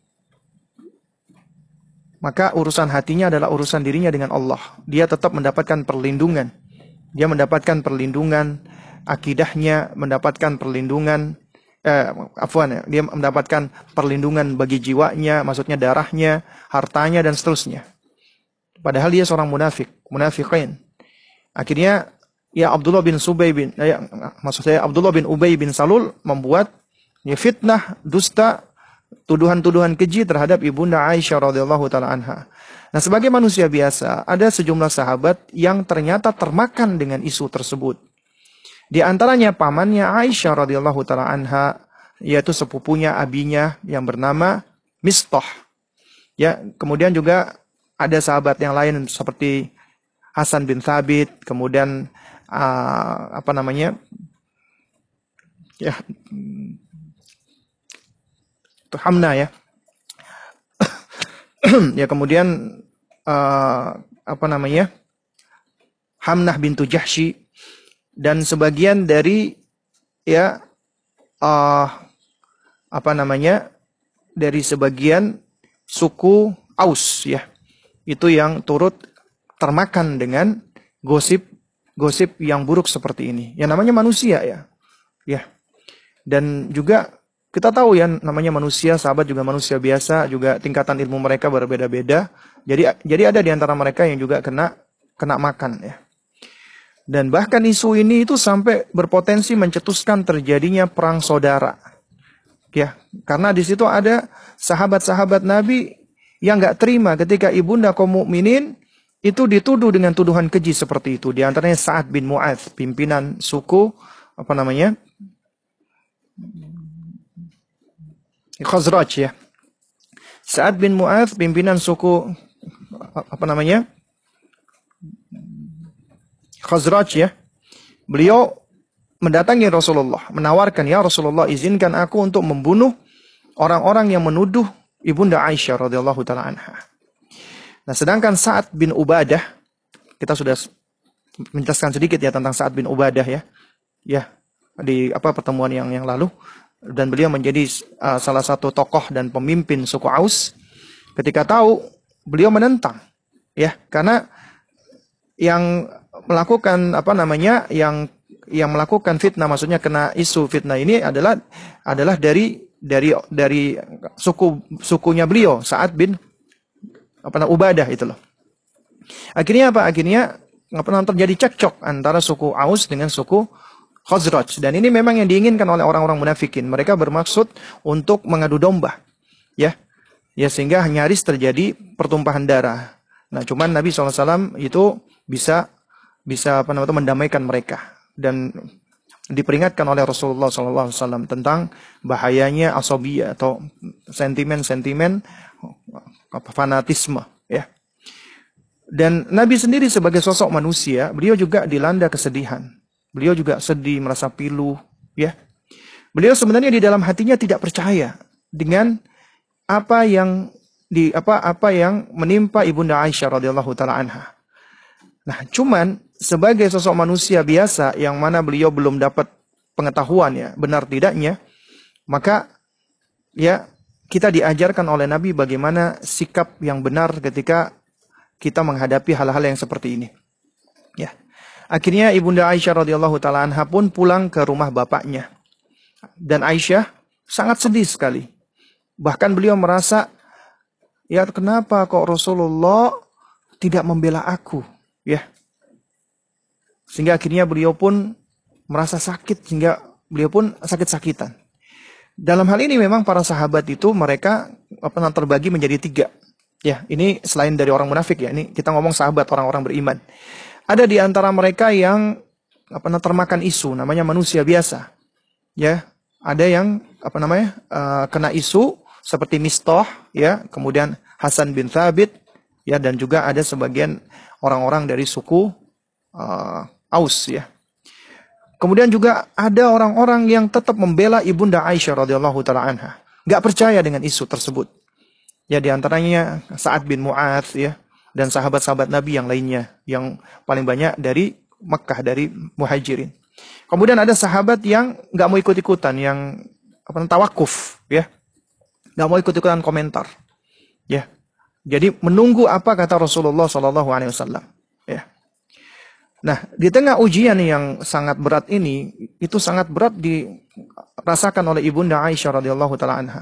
maka urusan hatinya adalah urusan dirinya dengan Allah. Dia tetap mendapatkan perlindungan. Dia mendapatkan perlindungan akidahnya, mendapatkan perlindungan dia mendapatkan perlindungan bagi jiwanya, maksudnya darahnya, hartanya dan seterusnya. Padahal dia seorang munafikin. Akhirnya ya Abdullah bin Ubay bin Salul membuat ya fitnah, dusta, tuduhan-tuduhan keji terhadap Ibunda Aisyah radhiyallahu taala anha. Nah, sebagai manusia biasa, ada sejumlah sahabat yang ternyata termakan dengan isu tersebut. Di antaranya pamannya Aisyah radhiyallahu taala anha, yaitu sepupunya abinya yang bernama Mistah. Ya, kemudian juga ada sahabat yang lain seperti Hasan bin Thabit, kemudian Hamna ya. Ya, kemudian Hamnah bintu Jahsy, dan sebagian dari ya dari sebagian suku Aus ya. Itu yang turut termakan dengan gosip yang buruk seperti ini. Yang namanya manusia ya. Ya. Dan juga kita tahu ya, namanya manusia, sahabat juga manusia biasa, juga tingkatan ilmu mereka berbeda-beda. Jadi ada di antara mereka yang juga kena makan ya. Dan bahkan isu ini itu sampai berpotensi mencetuskan terjadinya perang saudara. Ya, karena di situ ada sahabat-sahabat Nabi yang enggak terima ketika ibunda kaum mukminin itu dituduh dengan tuduhan keji seperti itu. Di antaranya Sa'ad bin Mu'adz, pimpinan suku Khazraj ya. Sa'ad bin Mu'adz, pimpinan suku Khazraj ya. Beliau mendatangi Rasulullah, menawarkan, "Ya Rasulullah, izinkan aku untuk membunuh orang-orang yang menuduh Ibunda Aisyah radhiyallahu taala anha." Nah, sedangkan Sa'ad bin Ubadah, kita sudah menjelaskan sedikit ya tentang Sa'ad bin Ubadah ya. Ya. di pertemuan yang lalu, dan beliau menjadi salah satu tokoh dan pemimpin suku Aus. Ketika tahu, beliau menentang, ya, karena yang melakukan yang melakukan fitnah, maksudnya kena isu fitnah ini adalah dari sukunya beliau, Sa'ad bin Ubadah itu loh. Akhirnya apa? Akhirnya terjadi cekcok antara suku Aus dengan suku Khazraj, dan ini memang yang diinginkan oleh orang-orang munafikin. Mereka bermaksud untuk mengadu domba, ya sehingga nyaris terjadi pertumpahan darah. Nah, cuman Nabi SAW itu bisa mendamaikan mereka, dan diperingatkan oleh Rasulullah SAW tentang bahayanya asabiyah atau sentimen-sentimen fanatisme, ya. Dan Nabi sendiri sebagai sosok manusia, beliau juga dilanda kesedihan. Beliau juga sedih, merasa pilu, ya. Beliau sebenarnya di dalam hatinya tidak percaya dengan apa yang menimpa Ibunda Aisyah radhiyallahu taala anha. Nah, cuman sebagai sosok manusia biasa yang mana beliau belum dapat pengetahuan, ya, benar tidaknya, maka ya kita diajarkan oleh Nabi bagaimana sikap yang benar ketika kita menghadapi hal-hal yang seperti ini. Ya. Akhirnya Ibunda Aisyah radhiyallahu taala anha pun pulang ke rumah bapaknya. Dan Aisyah sangat sedih sekali. Bahkan beliau merasa, ya, kenapa kok Rasulullah tidak membela aku, ya. Sehingga akhirnya beliau pun merasa sakit, sehingga beliau pun sakit-sakitan. Dalam hal ini memang para sahabat itu mereka terbagi menjadi 3. Ya, ini selain dari orang munafik, ya. Ini kita ngomong sahabat, orang-orang beriman. Ada di antara mereka yang termakan isu, namanya manusia biasa. Ya, ada yang kena isu seperti Mistah, ya, kemudian Hasan bin Thabit, ya, dan juga ada sebagian orang-orang dari suku Aus, ya. Kemudian juga ada orang-orang yang tetap membela Ibunda Aisyah radhiyallahu taala anha, enggak percaya dengan isu tersebut. Ya, di antaranya Sa'ad bin Mu'adz, ya, dan sahabat-sahabat Nabi yang lainnya, yang paling banyak dari Mekkah, dari Muhajirin. Kemudian ada sahabat yang nggak mau ikut-ikutan, yang tawakuf, ya, nggak mau ikut-ikutan komentar, ya. Jadi menunggu apa kata Rasulullah SAW, ya. Nah, di tengah ujian yang sangat berat ini, itu sangat berat dirasakan oleh Ibunda Aisyah radhiyallahu taala anha.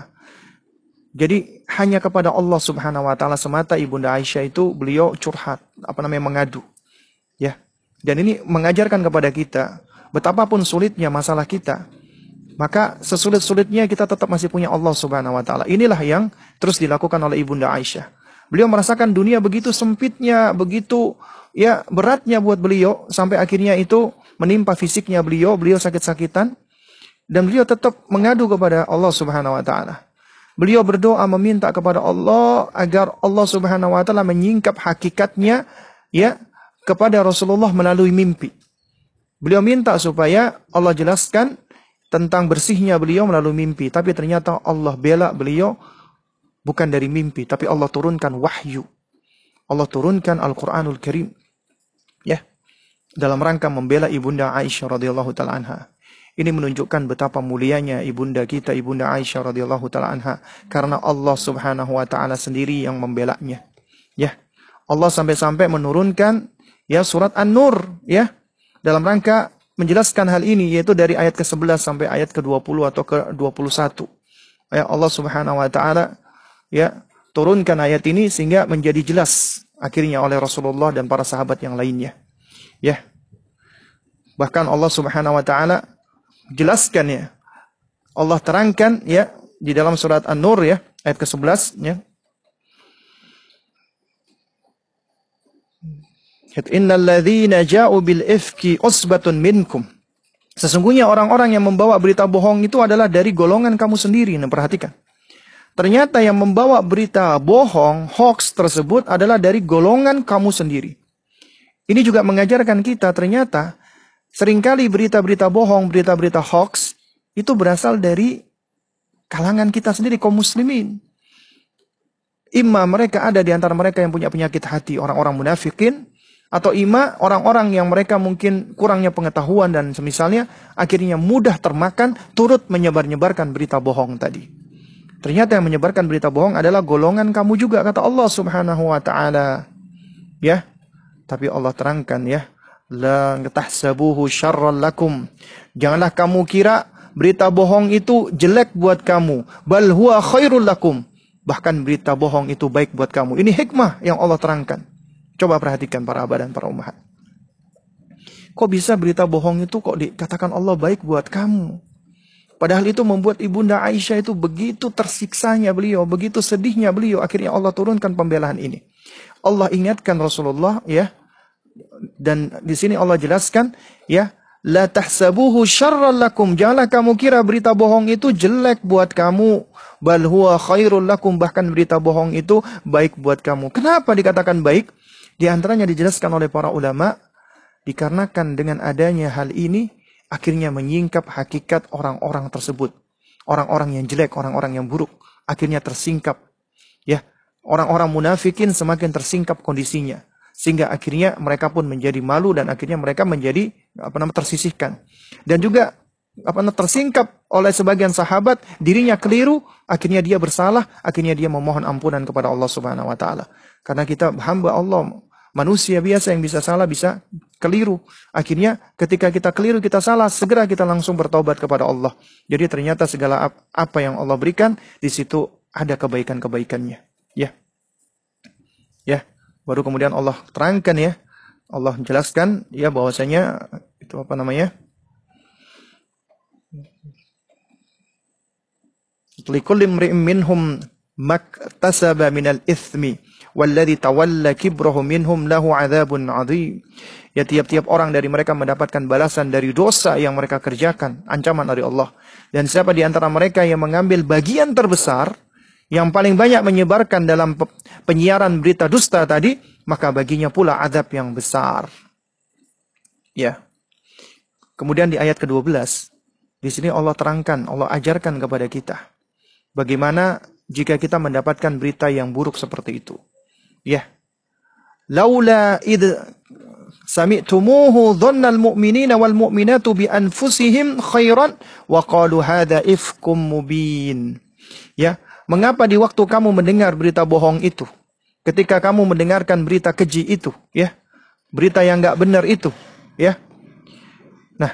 Jadi hanya kepada Allah Subhanahu wa taala semata Ibunda Aisyah itu beliau curhat, mengadu. Ya. Dan ini mengajarkan kepada kita betapapun sulitnya masalah kita, maka sesulit-sulitnya kita tetap masih punya Allah Subhanahu wa taala. Inilah yang terus dilakukan oleh Ibunda Aisyah. Beliau merasakan dunia begitu sempitnya, begitu, ya, beratnya buat beliau, sampai akhirnya itu menimpa fisiknya beliau sakit-sakitan, dan beliau tetap mengadu kepada Allah Subhanahu wa taala. Beliau berdoa meminta kepada Allah agar Allah Subhanahu wa taala menyingkap hakikatnya, ya, kepada Rasulullah melalui mimpi. Beliau minta supaya Allah jelaskan tentang bersihnya beliau melalui mimpi, tapi ternyata Allah bela beliau bukan dari mimpi, tapi Allah turunkan wahyu. Allah turunkan Al-Qur'anul Karim, ya, dalam rangka membela Ibunda Aisyah radhiyallahu taala anha. Ini menunjukkan betapa mulianya ibunda kita, Ibunda Aisyah radhiyallahu taala anha, karena Allah Subhanahu wa taala sendiri yang membelanya. Ya. Allah sampai-sampai menurunkan, ya, surat An-Nur, ya, dalam rangka menjelaskan hal ini, yaitu dari ayat ke-11 sampai ayat ke-20 atau ke-21. Ya, Allah Subhanahu wa taala, ya, turunkan ayat ini sehingga menjadi jelas akhirnya oleh Rasulullah dan para sahabat yang lainnya. Ya. Bahkan Allah Subhanahu wa taala jelaskan, ya, Allah terangkan, ya, di dalam surat An-Nur, ya, ayat ke-11, ya. Innal ladzina ja'u bil ifki usbatun minkum. Sesungguhnya orang-orang yang membawa berita bohong itu adalah dari golongan kamu sendiri. Nah, perhatikan. Ternyata yang membawa berita bohong, hoax tersebut adalah dari golongan kamu sendiri. Ini juga mengajarkan kita ternyata seringkali berita-berita bohong, berita-berita hoax itu berasal dari kalangan kita sendiri, kaum muslimin. Imma mereka ada di antara mereka yang punya penyakit hati, orang-orang munafikin, atau ima orang-orang yang mereka mungkin kurangnya pengetahuan dan semisalnya akhirnya mudah termakan turut menyebar-nyebarkan berita bohong tadi. Ternyata yang menyebarkan berita bohong adalah golongan kamu juga kata Allah Subhanahu wa taala. Ya. Tapi Allah terangkan ya, la tahsabuhu syarran lakum. Janganlah kamu kira berita bohong itu jelek buat kamu, bal huwa khairul lakum. Bahkan berita bohong itu baik buat kamu. Ini hikmah yang Allah terangkan. Coba perhatikan para abah dan para ummahat. Kok bisa berita bohong itu kok dikatakan Allah baik buat kamu? Padahal itu membuat Ibunda Aisyah itu begitu tersiksanya beliau, begitu sedihnya beliau. Akhirnya Allah turunkan pembelaan ini. Allah ingatkan Rasulullah ya. Dan di sini Allah jelaskan ya, la tahsabuhu syarran lakum. Janganlah kamu kira berita bohong itu jelek buat kamu, bal huwa khairul lakum. Bahkan berita bohong itu baik buat kamu. Kenapa dikatakan baik? Di antaranya dijelaskan oleh para ulama, dikarenakan dengan adanya hal ini, akhirnya menyingkap hakikat orang-orang tersebut. Orang-orang yang jelek, orang-orang yang buruk, akhirnya tersingkap. Ya, orang-orang munafikin semakin tersingkap kondisinya. Sehingga akhirnya mereka pun menjadi malu dan akhirnya mereka menjadi tersisihkan. Dan juga tersingkap oleh sebagian sahabat, dirinya keliru, akhirnya dia bersalah, akhirnya dia memohon ampunan kepada Allah Subhanahu wa taala. Karena kita hamba Allah, manusia biasa yang bisa salah, bisa keliru. Akhirnya ketika kita keliru, kita salah, segera kita langsung bertobat kepada Allah. Jadi ternyata segala apa yang Allah berikan, di situ ada kebaikan-kebaikannya. Ya. Ya. Baru kemudian Allah terangkan ya. Allah jelaskan ya bahwasanya itu apa namanya? Likulli imri'in minhum maktasaba minal itsmi walladzi tawalla kibrahu minhum lahu 'adzabun 'adzim. Ya, tiap-tiap orang dari mereka mendapatkan balasan dari dosa yang mereka kerjakan, ancaman dari Allah. Dan siapa di antara mereka yang mengambil bagian terbesar, yang paling banyak menyebarkan dalam penyiaran berita dusta tadi, maka baginya pula azab yang besar. Ya. Kemudian di ayat ke-12, di sini Allah terangkan, Allah ajarkan kepada kita bagaimana jika kita mendapatkan berita yang buruk seperti itu. Ya. Laula id sami'tumuhu dhannal mu'minina wal mu'minatu bi anfusihim khairan wa qalu hadza ifkum mubin. Ya, mengapa di waktu kamu mendengar berita bohong itu, ketika kamu mendengarkan berita keji itu, ya, berita yang enggak benar itu, ya. Nah,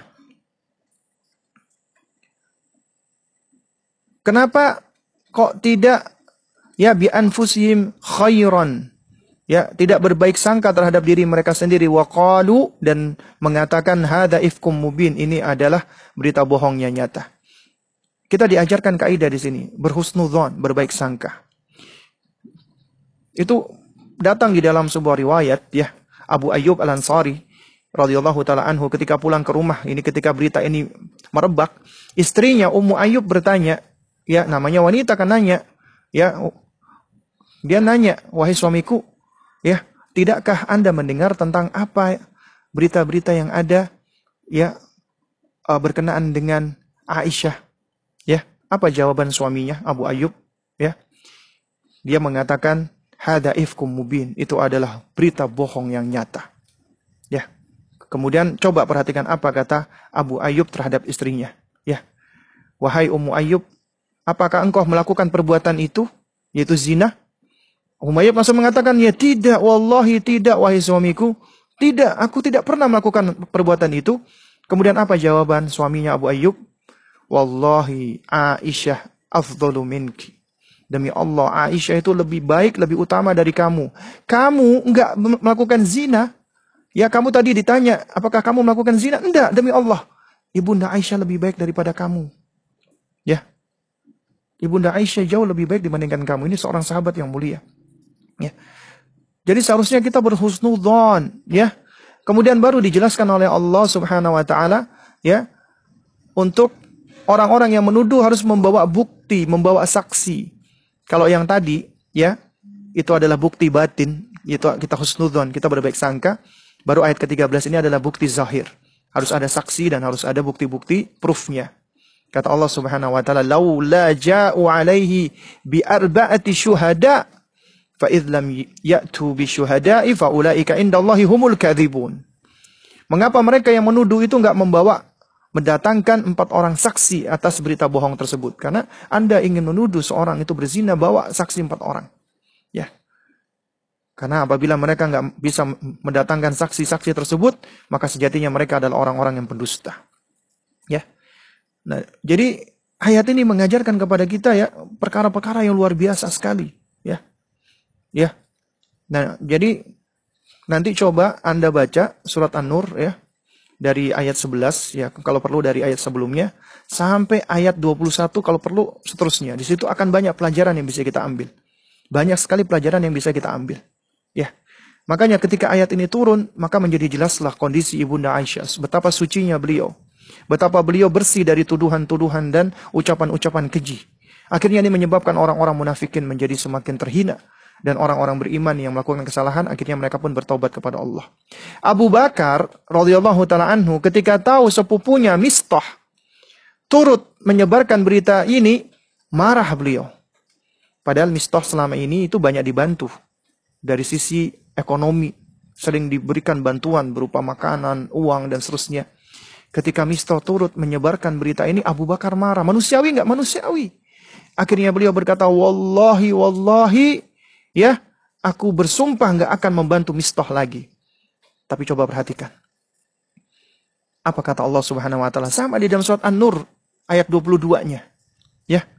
kenapa kok tidak ya bi anfusihim khairan? Ya, tidak berbaik sangka terhadap diri mereka sendiri, waqalu, dan mengatakan hadza ifkum mubin, ini adalah berita bohongnya nyata. Kita diajarkan kaidah di sini, berhusnudzon, berbaik sangka. Itu datang di dalam sebuah riwayat ya, Abu Ayyub Al-Ansari radhiyallahu taala anhu ketika pulang ke rumah, ini ketika berita ini merebak, istrinya Ummu Ayyub bertanya, ya, namanya wanita kan nanya, ya, dia nanya, wahai suamiku, ya, tidakkah Anda mendengar tentang apa berita-berita yang ada ya berkenaan dengan Aisyah? Ya, apa jawaban suaminya Abu Ayyub? Ya. Dia mengatakan hadza ifkum mubin, itu adalah berita bohong yang nyata. Ya. Kemudian coba perhatikan apa kata Abu Ayyub terhadap istrinya, ya. Wahai Ummu Ayyub, apakah engkau melakukan perbuatan itu, yaitu zina? Ummu Ayyub langsung mengatakan, ya tidak, wallahi tidak, wahai suamiku. Tidak, aku tidak pernah melakukan perbuatan itu. Kemudian apa jawaban suaminya Abu Ayyub? Wallahi Aisyah afdalu minki. Demi Allah, Aisyah itu lebih baik, lebih utama dari kamu. Kamu enggak melakukan zina. Ya, kamu tadi ditanya, apakah kamu melakukan zina? Enggak, demi Allah. Ibunda Aisyah lebih baik daripada kamu. Ya. Ibunda Aisyah jauh lebih baik dibandingkan kamu. Ini seorang sahabat yang mulia. Ya. Jadi seharusnya kita berhusnudzon, ya. Kemudian baru dijelaskan oleh Allah Subhanahu wa taala, ya, untuk orang-orang yang menuduh harus membawa bukti, membawa saksi. Kalau yang tadi, ya, itu adalah bukti batin, itu kita husnudzon, kita berbaik sangka. Baru ayat ke-13 ini adalah bukti zahir. Harus ada saksi dan harus ada bukti-bukti proofnya. Kata Allah Subhanahu wa taala, "Laula ja'u 'alaihi bi arba'ati syuhada" fa idz lam ya'tu bisyuhada'i fa ulaika indallahi humul kadzibun. Mengapa mereka yang menuduh itu enggak mendatangkan 4 orang saksi atas berita bohong tersebut? Karena Anda ingin menuduh seorang itu berzina, bawa saksi 4 orang. Ya. Karena apabila mereka enggak bisa mendatangkan saksi-saksi tersebut, maka sejatinya mereka adalah orang-orang yang pendusta. Ya. Nah, jadi ayat ini mengajarkan kepada kita ya perkara-perkara yang luar biasa sekali, ya. Ya. Nah, jadi nanti coba Anda baca surat An-Nur ya. Dari ayat 11 ya, kalau perlu dari ayat sebelumnya sampai ayat 21 kalau perlu seterusnya. Di situ akan banyak pelajaran yang bisa kita ambil. Banyak sekali pelajaran yang bisa kita ambil. Ya. Makanya ketika ayat ini turun, maka menjadi jelaslah kondisi Ibunda Aisyah, betapa sucinya beliau. Betapa beliau bersih dari tuduhan-tuduhan dan ucapan-ucapan keji. Akhirnya ini menyebabkan orang-orang munafikin menjadi semakin terhina. Dan orang-orang beriman yang melakukan kesalahan, akhirnya mereka pun bertaubat kepada Allah. Abu Bakar radhiyallahu ta'ala anhu ketika tahu sepupunya Mistah turut menyebarkan berita ini, marah beliau. Padahal Mistah selama ini itu banyak dibantu. Dari sisi ekonomi, sering diberikan bantuan berupa makanan, uang, dan seterusnya. Ketika Mistah turut menyebarkan berita ini, Abu Bakar marah. Manusiawi nggak? Manusiawi. Akhirnya beliau berkata, Wallahi, ya, aku bersumpah nggak akan membantu Mistah lagi. Tapi coba perhatikan. Apa kata Allah Subhanahu wa taala? Sama di dalam surat An-Nur ayat 22-nya. Ya.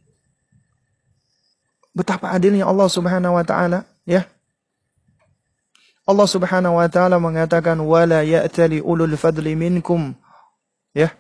Betapa adilnya Allah Subhanahu wa taala, ya. Allah Subhanahu wa taala mengatakan wala ya'tali ulul fadli minkum, ya.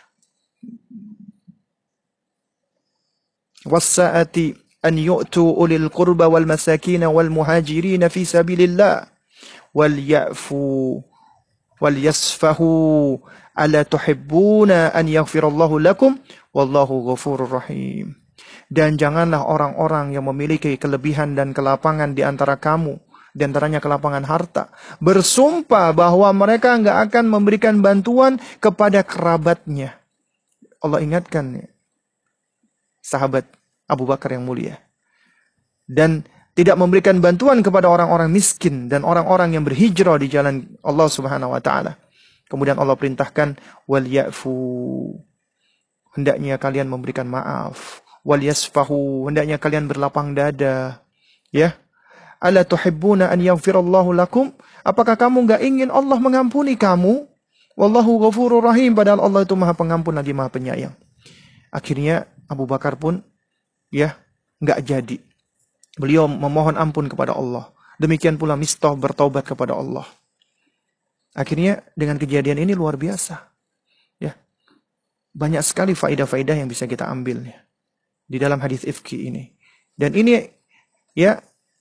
Was-sa'ati an yu'tu ulil qurba wal masakin wal muhajirin fi sabilillah wal ya'fu wal yasfahu ala tuhibbuna an yaghfirallahu lakum wallahu ghafurur rahim. Dan janganlah orang-orang yang memiliki kelebihan dan kelapangan di antara kamu, di antaranya kelapangan harta, bersumpah bahwa mereka enggak akan memberikan bantuan kepada kerabatnya. Allah ingatkan sahabat Abu Bakar yang mulia. Dan tidak memberikan bantuan kepada orang-orang miskin dan orang-orang yang berhijrah di jalan Allah Subhanahu wa taala. Kemudian Allah perintahkan wal ya'fu, hendaknya kalian memberikan maaf. Wal yasfahu, hendaknya kalian berlapang dada. Ya. Ala tuhibbuna an yaghfirallahu lakum? Apakah kamu enggak ingin Allah mengampuni kamu? Wallahu ghafurur rahim, padahal Allah itu Maha Pengampun lagi Maha Penyayang. Akhirnya Abu Bakar pun ya enggak jadi. Beliau memohon ampun kepada Allah. Demikian pula Mistah bertaubat kepada Allah. Akhirnya dengan kejadian ini luar biasa. Ya. Banyak sekali faedah-faedah yang bisa kita ambil ya, di dalam hadis ifki ini. Dan ini ya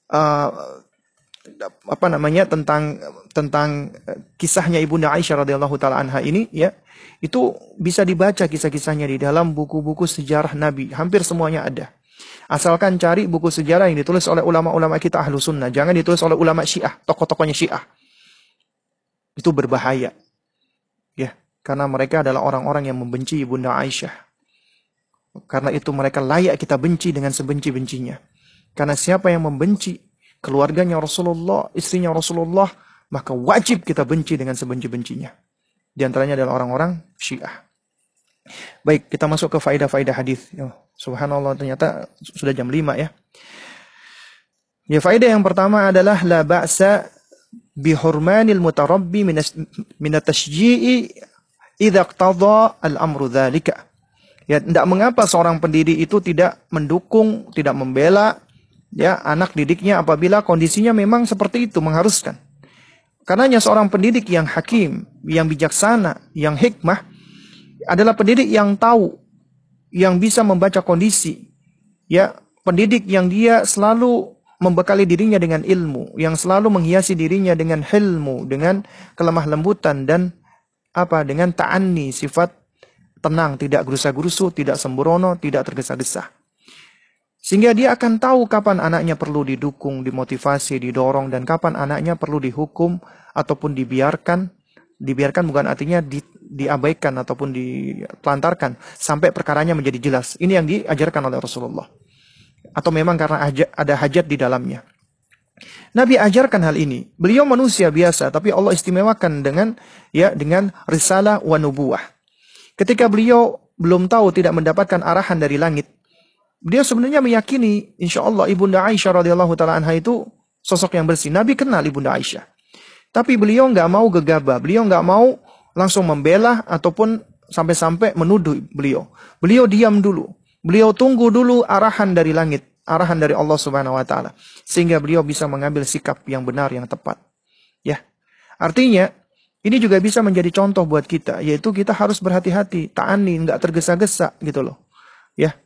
tentang kisahnya Ibunda Aisyah radhiyallahu taala anha ini ya, itu bisa dibaca kisah-kisahnya di dalam buku-buku sejarah Nabi. Hampir semuanya ada. Asalkan cari buku sejarah yang ditulis oleh ulama-ulama kita ahlu sunnah. Jangan ditulis oleh ulama Syiah, tokoh-tokohnya Syiah. Itu berbahaya. Ya, karena mereka adalah orang-orang yang membenci Ibunda Aisyah. Karena itu mereka layak kita benci dengan sebenci-bencinya. Karena siapa yang membenci keluarganya Rasulullah, istrinya Rasulullah, maka wajib kita benci dengan sebenci-bencinya. Di antaranya adalah orang-orang Syiah. Baik, kita masuk ke faedah-faedah hadis. Subhanallah, ternyata sudah jam 5 ya. Ya, faedah yang pertama adalah la ba'sa bihurmanil mutarabbi min at-tashji'i idza iqtada al-amru dzalika. Ya, tidak mengapa seorang pendidik itu tidak mendukung, tidak membela ya anak didiknya apabila kondisinya memang seperti itu mengharuskan. Karenanya seorang pendidik yang hakim, yang bijaksana, yang hikmah adalah pendidik yang tahu, yang bisa membaca kondisi. Ya, pendidik yang dia selalu membekali dirinya dengan ilmu, yang selalu menghiasi dirinya dengan hilmu, dengan kelemah lembutan dan dengan ta'anni, sifat tenang, tidak gerusa-gerusu, tidak sembrono, tidak tergesa-gesa. Sehingga dia akan tahu kapan anaknya perlu didukung, dimotivasi, didorong, dan kapan anaknya perlu dihukum ataupun dibiarkan. Dibiarkan bukan artinya diabaikan ataupun ditelantarkan sampai perkaranya menjadi jelas. Ini yang diajarkan oleh Rasulullah. Atau memang karena ada hajat di dalamnya. Nabi ajarkan hal ini. Beliau manusia biasa, tapi Allah istimewakan dengan risalah wa nubuwah. Ketika beliau belum tahu, tidak mendapatkan arahan dari langit, beliau sebenarnya meyakini insya Allah Ibunda Aisyah radhiyallahu taala anha itu sosok yang bersih. Nabi kenal Ibunda Aisyah. Tapi beliau nggak mau gegabah, beliau nggak mau langsung membela ataupun sampai-sampai menuduh beliau. Beliau diam dulu. Beliau tunggu dulu arahan dari langit, arahan dari Allah Subhanahu wa taala, sehingga beliau bisa mengambil sikap yang benar, yang tepat. Ya. Artinya, ini juga bisa menjadi contoh buat kita, yaitu kita harus berhati-hati, ta'ani, nggak tergesa-gesa gitu loh. Ya.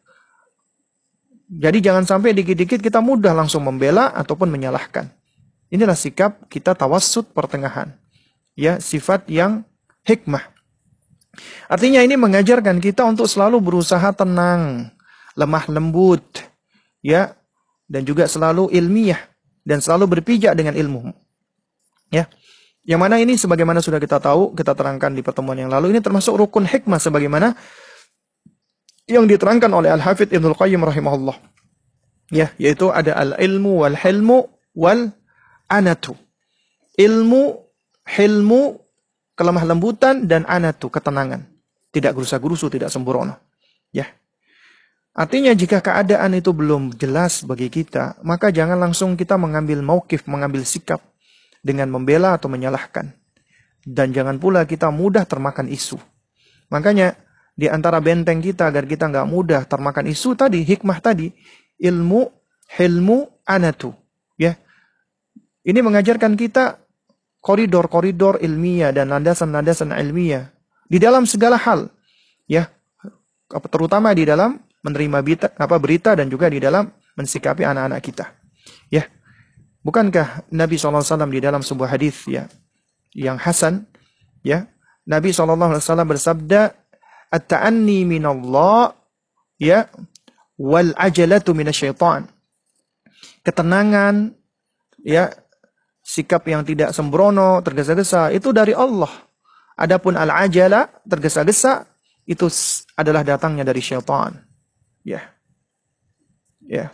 Jadi jangan sampai dikit-dikit kita mudah langsung membela ataupun menyalahkan. Inilah sikap kita tawassut pertengahan. Ya, sifat yang hikmah. Artinya ini mengajarkan kita untuk selalu berusaha tenang, lemah lembut, ya, dan juga selalu ilmiah dan selalu berpijak dengan ilmu. Ya. Yang mana ini sebagaimana sudah kita tahu, kita terangkan di pertemuan yang lalu, ini termasuk rukun hikmah sebagaimana yang diterangkan oleh Al-Hafidz Ibnul Qayyim rahimahullah. Ya, yaitu ada al-ilmu wal hilmu wal anatu. Ilmu, hilmu, kelemah lembutan, dan anatu, ketenangan. Tidak gerusa-gerusu, tidak sembrono. Ya. Artinya jika keadaan itu belum jelas bagi kita, maka jangan langsung kita mengambil mauqif, mengambil sikap dengan membela atau menyalahkan. Dan jangan pula kita mudah termakan isu. Makanya di antara benteng kita agar kita nggak mudah termakan isu tadi, hikmah tadi, ilmu, hilmu, anatu. Ya. Ini mengajarkan kita koridor-koridor ilmiah dan landasan-landasan ilmiah di dalam segala hal, ya, terutama di dalam menerima berita dan juga di dalam mensikapi anak-anak kita, ya. Bukankah Nabi SAW di dalam sebuah hadis ya yang hasan, ya, Nabi SAW bersabda, at-ta'anni minallah, ya, wal ajalatu minasyaitan. Ketenangan, ya, sikap yang tidak sembrono, tergesa-gesa, itu dari Allah. Adapun al-ajala, tergesa-gesa, itu adalah datangnya dari syaitan. Ya. Ya.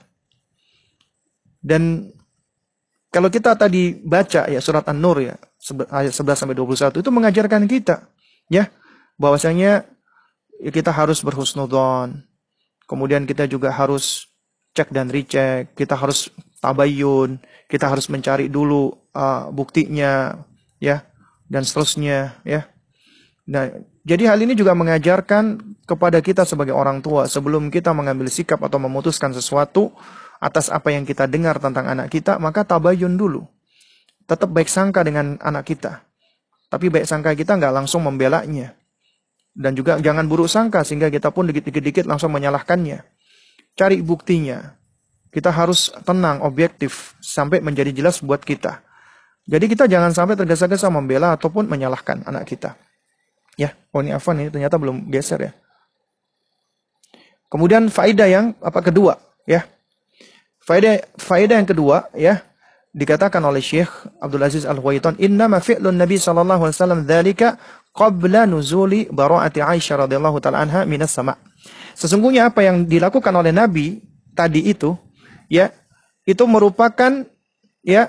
Dan kalau kita tadi baca ya surat An-Nur ya, ayat 11 sampai 21 itu mengajarkan kita, ya, bahwasanya ya, kita harus berhusnudzon. Kemudian kita juga harus cek dan recheck, kita harus tabayyun, kita harus mencari dulu buktinya, ya, dan seterusnya, ya. Nah, jadi hal ini juga mengajarkan kepada kita sebagai orang tua, sebelum kita mengambil sikap atau memutuskan sesuatu atas apa yang kita dengar tentang anak kita, maka tabayyun dulu. Tetap baik sangka dengan anak kita, tapi baik sangka kita nggak langsung membelanya. Dan juga jangan buruk sangka sehingga kita pun dikit-dikit langsung menyalahkannya. Cari buktinya. Kita harus tenang, objektif, sampai menjadi jelas buat kita. Jadi kita jangan sampai tergesa-gesa membela ataupun menyalahkan anak kita. Ya, oh ini Afwan ini ternyata belum geser ya. Kemudian faedah yang kedua, ya. Faedah yang kedua, ya, dikatakan oleh Syekh Abdul Aziz Al-Huwaitan, innama fi'lun Nabi sallallahu alaihi wasallam dzalika qabla nuzuli bara'ati Aisyah radhiyallahu taala anha minas sama'. Sesungguhnya apa yang dilakukan oleh Nabi tadi itu, ya, itu merupakan, ya,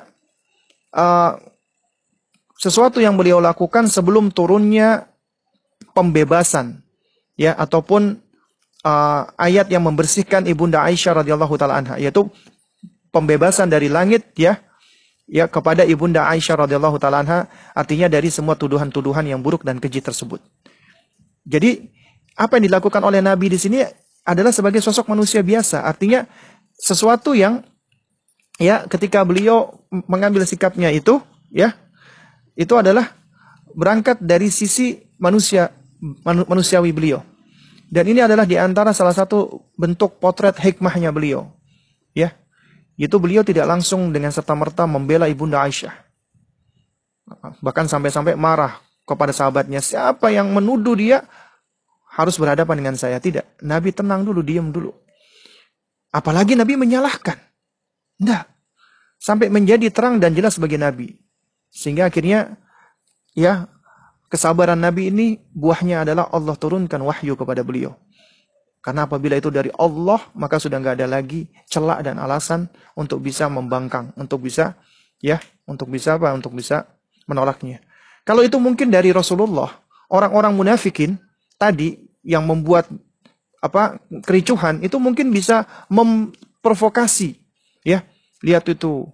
sesuatu yang beliau lakukan sebelum turunnya pembebasan, ya, ataupun ayat yang membersihkan Ibunda Aisyah radhiyallahu taala anha, yaitu pembebasan dari langit, ya, ya, kepada Ibunda Aisyah radhiyallahu taala anha, artinya dari semua tuduhan-tuduhan yang buruk dan keji tersebut. Jadi apa yang dilakukan oleh Nabi di sini adalah sebagai sosok manusia biasa, artinya sesuatu yang, ya, ketika beliau mengambil sikapnya itu, ya, itu adalah berangkat dari sisi manusiawi beliau. Dan ini adalah di antara salah satu bentuk potret hikmahnya beliau, ya. Itu beliau tidak langsung dengan serta-merta membela Ibunda Aisyah. Bahkan sampai-sampai marah kepada sahabatnya, siapa yang menuduh dia harus berhadapan dengan saya. Tidak, Nabi tenang dulu, diam dulu. Apalagi Nabi menyalahkan. Tidak. Sampai menjadi terang dan jelas bagi Nabi. Sehingga akhirnya, ya, kesabaran Nabi ini buahnya adalah Allah turunkan wahyu kepada beliau. Karena apabila itu dari Allah, maka sudah nggak ada lagi celah dan alasan untuk bisa membangkang, untuk bisa untuk bisa apa? Untuk bisa menolaknya. Kalau itu mungkin dari Rasulullah, orang-orang munafikin tadi yang membuat kericuhan itu mungkin bisa memprovokasi, ya. Lihat itu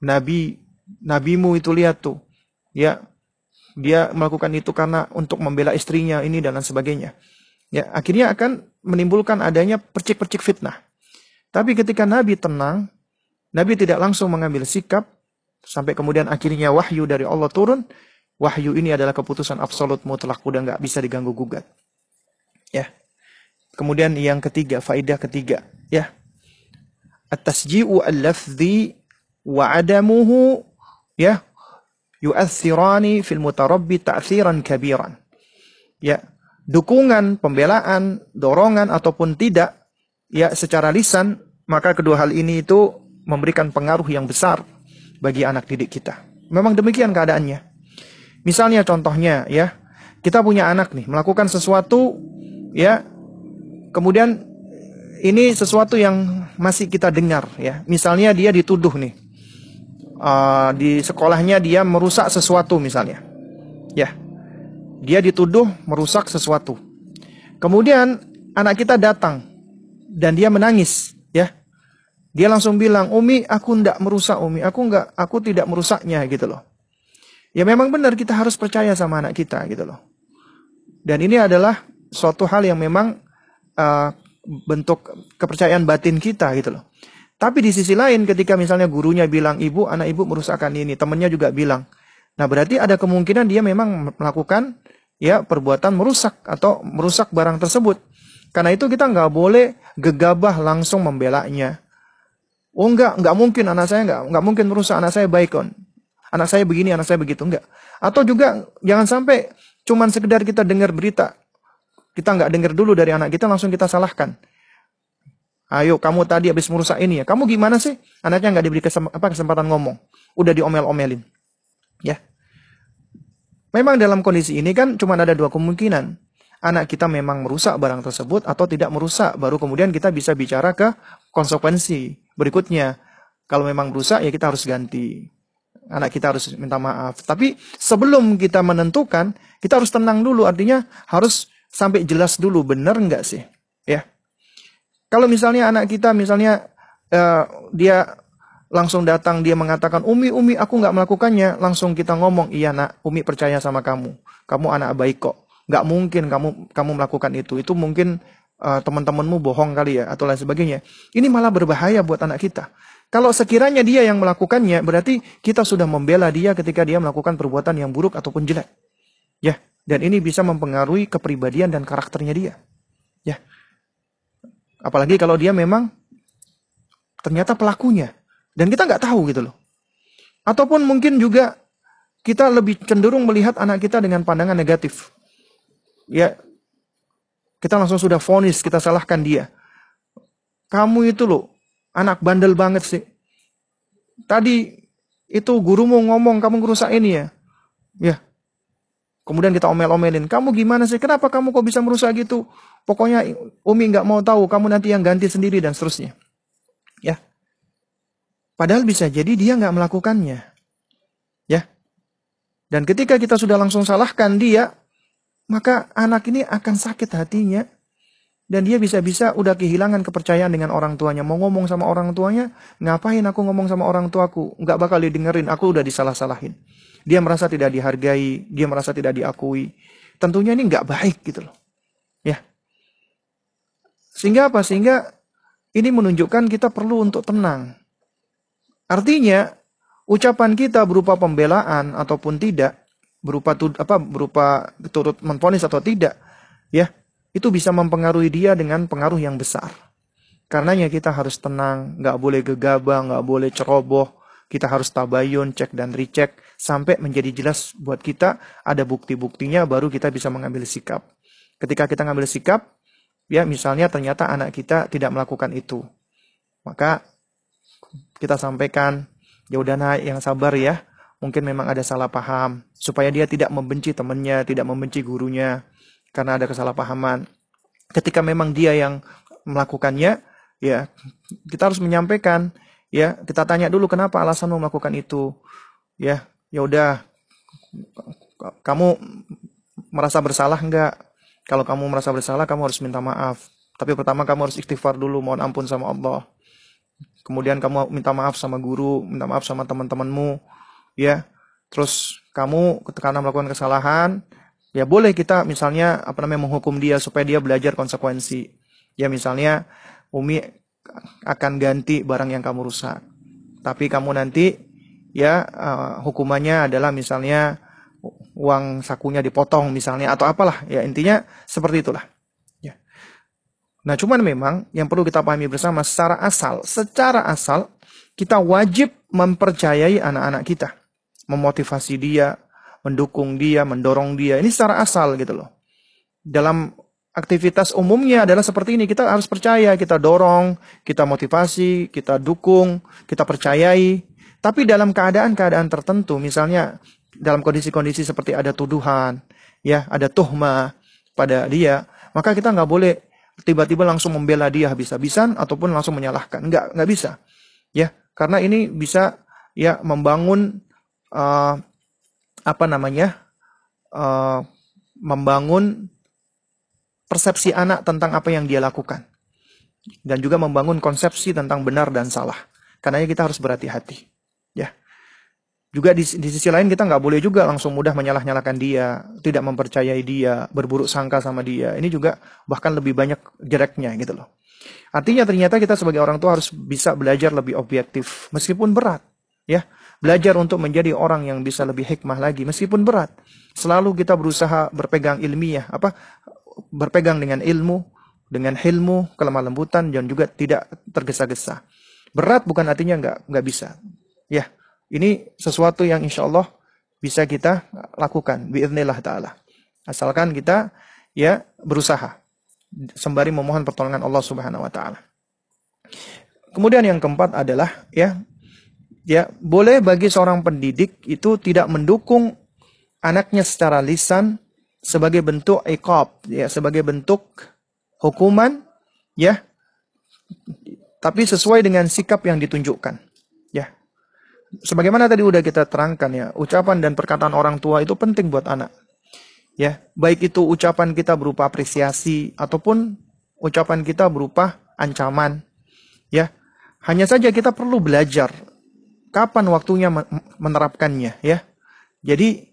nabimu itu, lihat tuh, ya. Dia melakukan itu karena untuk membela istrinya ini dan lain sebagainya. Ya, akhirnya akan menimbulkan adanya percik-percik fitnah. Tapi ketika Nabi tenang, Nabi tidak langsung mengambil sikap, sampai kemudian akhirnya wahyu dari Allah turun. Wahyu ini adalah keputusan absolut mutlak, udah nggak bisa diganggu gugat. Ya. Kemudian yang ketiga, faedah ketiga, ya. At-tasji'u al-lafzi wa adamuhu, ya, yu'athirani fil mutarabbi ta'thiran kabiran. Ya, dukungan, pembelaan, dorongan ataupun tidak, ya, secara lisan, maka kedua hal ini itu memberikan pengaruh yang besar bagi anak didik kita. Memang demikian keadaannya. Misalnya contohnya, ya, kita punya anak nih melakukan sesuatu, ya, kemudian ini sesuatu yang masih kita dengar, ya. Misalnya dia dituduh nih, di sekolahnya dia merusak sesuatu misalnya, ya, dia dituduh merusak sesuatu. Kemudian anak kita datang dan dia menangis, ya, dia langsung bilang, Umi, aku tidak merusak, Umi, aku tidak merusaknya, gitu loh. Ya memang benar, kita harus percaya sama anak kita, gitu loh. Dan ini adalah suatu hal yang memang bentuk kepercayaan batin kita, gitu loh. Tapi di sisi lain ketika misalnya gurunya bilang, Ibu, anak Ibu merusakkan ini, temannya juga bilang, nah berarti ada kemungkinan dia memang melakukan, ya, perbuatan merusak atau merusak barang tersebut. Karena itu kita nggak boleh gegabah langsung membelanya. Oh nggak mungkin, anak saya nggak mungkin merusak, anak saya baik kon. Anak saya begini, anak saya begitu, enggak. Atau juga jangan sampai cuman sekedar kita dengar berita, kita nggak dengar dulu dari anak kita, langsung kita salahkan. Ayo, kamu tadi habis merusak ini ya. Kamu gimana sih? Anaknya nggak diberi kesempatan ngomong. Udah diomel-omelin. Ya. Memang dalam kondisi ini kan cuma ada dua kemungkinan. Anak kita memang merusak barang tersebut atau tidak merusak. Baru kemudian kita bisa bicara ke konsekuensi berikutnya. Kalau memang merusak ya kita harus ganti. Anak kita harus minta maaf. Tapi sebelum kita menentukan, kita harus tenang dulu. Artinya harus sampai jelas dulu, benar nggak sih? Ya. Kalau misalnya anak kita misalnya dia langsung datang, dia mengatakan, Umi, aku nggak melakukannya. Langsung kita ngomong, iya nak, Umi percaya sama kamu. Kamu anak baik kok. Nggak mungkin kamu melakukan itu. Itu mungkin teman-temanmu bohong kali ya, atau lain sebagainya. Ini malah berbahaya buat anak kita. Kalau sekiranya dia yang melakukannya, berarti kita sudah membela dia ketika dia melakukan perbuatan yang buruk ataupun jelek. Ya, dan ini bisa mempengaruhi kepribadian dan karakternya dia. Ya. Apalagi kalau dia memang ternyata pelakunya. Dan kita nggak tahu gitu loh. Ataupun mungkin juga kita lebih cenderung melihat anak kita dengan pandangan negatif. Ya, kita langsung sudah vonis, kita salahkan dia. Kamu itu loh, anak bandel banget sih. Tadi itu gurumu ngomong, kamu ngerusak ini ya. Ya. Kemudian kita omel-omelin. Kamu gimana sih? Kenapa kamu kok bisa merusak gitu? Pokoknya Umi nggak mau tahu, kamu nanti yang ganti sendiri dan seterusnya. Ya. Padahal bisa jadi dia nggak melakukannya. Ya. Dan ketika kita sudah langsung salahkan dia, maka anak ini akan sakit hatinya. Dan dia bisa-bisa udah kehilangan kepercayaan dengan orang tuanya. Mau ngomong sama orang tuanya, ngapain aku ngomong sama orang tuaku? Nggak bakal didengerin, aku udah disalah-salahin. Dia merasa tidak dihargai, dia merasa tidak diakui. Tentunya ini nggak baik gitu loh. Ya. Sehingga apa? Sehingga ini menunjukkan kita perlu untuk tenang. Artinya, ucapan kita berupa pembelaan ataupun tidak, berupa turut menvonis atau tidak, ya, itu bisa mempengaruhi dia dengan pengaruh yang besar. Karenanya kita harus tenang, nggak boleh gegabah, nggak boleh ceroboh. Kita harus tabayun, cek dan recheck, sampai menjadi jelas buat kita, ada bukti-buktinya, baru kita bisa mengambil sikap. Ketika kita ngambil sikap, ya misalnya ternyata anak kita tidak melakukan itu, maka kita sampaikan, ya udah nak, yang sabar ya, mungkin memang ada salah paham, supaya dia tidak membenci temannya, tidak membenci gurunya, karena ada kesalahpahaman. Ketika memang dia yang melakukannya, ya kita harus menyampaikan, ya kita tanya dulu kenapa alasanmu melakukan itu, ya udah, kamu merasa bersalah enggak? Kalau kamu merasa bersalah, kamu harus minta maaf. Tapi pertama kamu harus istighfar dulu, mohon ampun sama Allah. Kemudian kamu minta maaf sama guru, minta maaf sama teman-temanmu, ya. Terus kamu karena melakukan kesalahan, ya boleh kita misalnya menghukum dia supaya dia belajar konsekuensi. Ya misalnya Umi akan ganti barang yang kamu rusak. Tapi kamu nanti ya hukumannya adalah misalnya uang sakunya dipotong misalnya atau apalah, ya intinya seperti itulah. Ya. Nah, cuman memang yang perlu kita pahami bersama secara asal kita wajib mempercayai anak-anak kita, memotivasi dia, mendukung dia, mendorong dia. Ini secara asal gitu loh. Dalam aktivitas umumnya adalah seperti ini, kita harus percaya, kita dorong, kita motivasi, kita dukung, kita percayai. Tapi dalam keadaan-keadaan tertentu, misalnya dalam kondisi-kondisi seperti ada tuduhan, ya ada tuhmah pada dia, maka kita nggak boleh tiba-tiba langsung membela dia habis-habisan ataupun langsung menyalahkan. Nggak bisa, ya karena ini bisa ya membangun membangun persepsi anak tentang apa yang dia lakukan dan juga membangun konsepsi tentang benar dan salah. Karena kita harus berhati-hati, ya. Juga di sisi lain kita nggak boleh juga langsung mudah menyalah-nyalahkan dia, tidak mempercayai dia, berburuk sangka sama dia. Ini juga bahkan lebih banyak jeleknya gitu loh. Artinya ternyata kita sebagai orang tua harus bisa belajar lebih objektif, meskipun berat, ya. Belajar untuk menjadi orang yang bisa lebih hikmah lagi, meskipun berat. Selalu kita berusaha berpegang ilmiah, berpegang dengan ilmu, dengan hilmu, kelemah lembutan, dan juga tidak tergesa-gesa. Berat bukan artinya nggak bisa, ya. Ini sesuatu yang insya Allah bisa kita lakukan biiznillah ta'ala. Asalkan kita ya berusaha sembari memohon pertolongan Allah Subhanahu wa taala. Kemudian yang keempat adalah ya boleh bagi seorang pendidik itu tidak mendukung anaknya secara lisan sebagai bentuk iqab, ya sebagai bentuk hukuman, ya. Tapi sesuai dengan sikap yang ditunjukkan, ya. Sebagaimana tadi udah kita terangkan ya, ucapan dan perkataan orang tua itu penting buat anak. Ya, baik itu ucapan kita berupa apresiasi ataupun ucapan kita berupa ancaman. Ya. Hanya saja kita perlu belajar kapan waktunya menerapkannya, ya. Jadi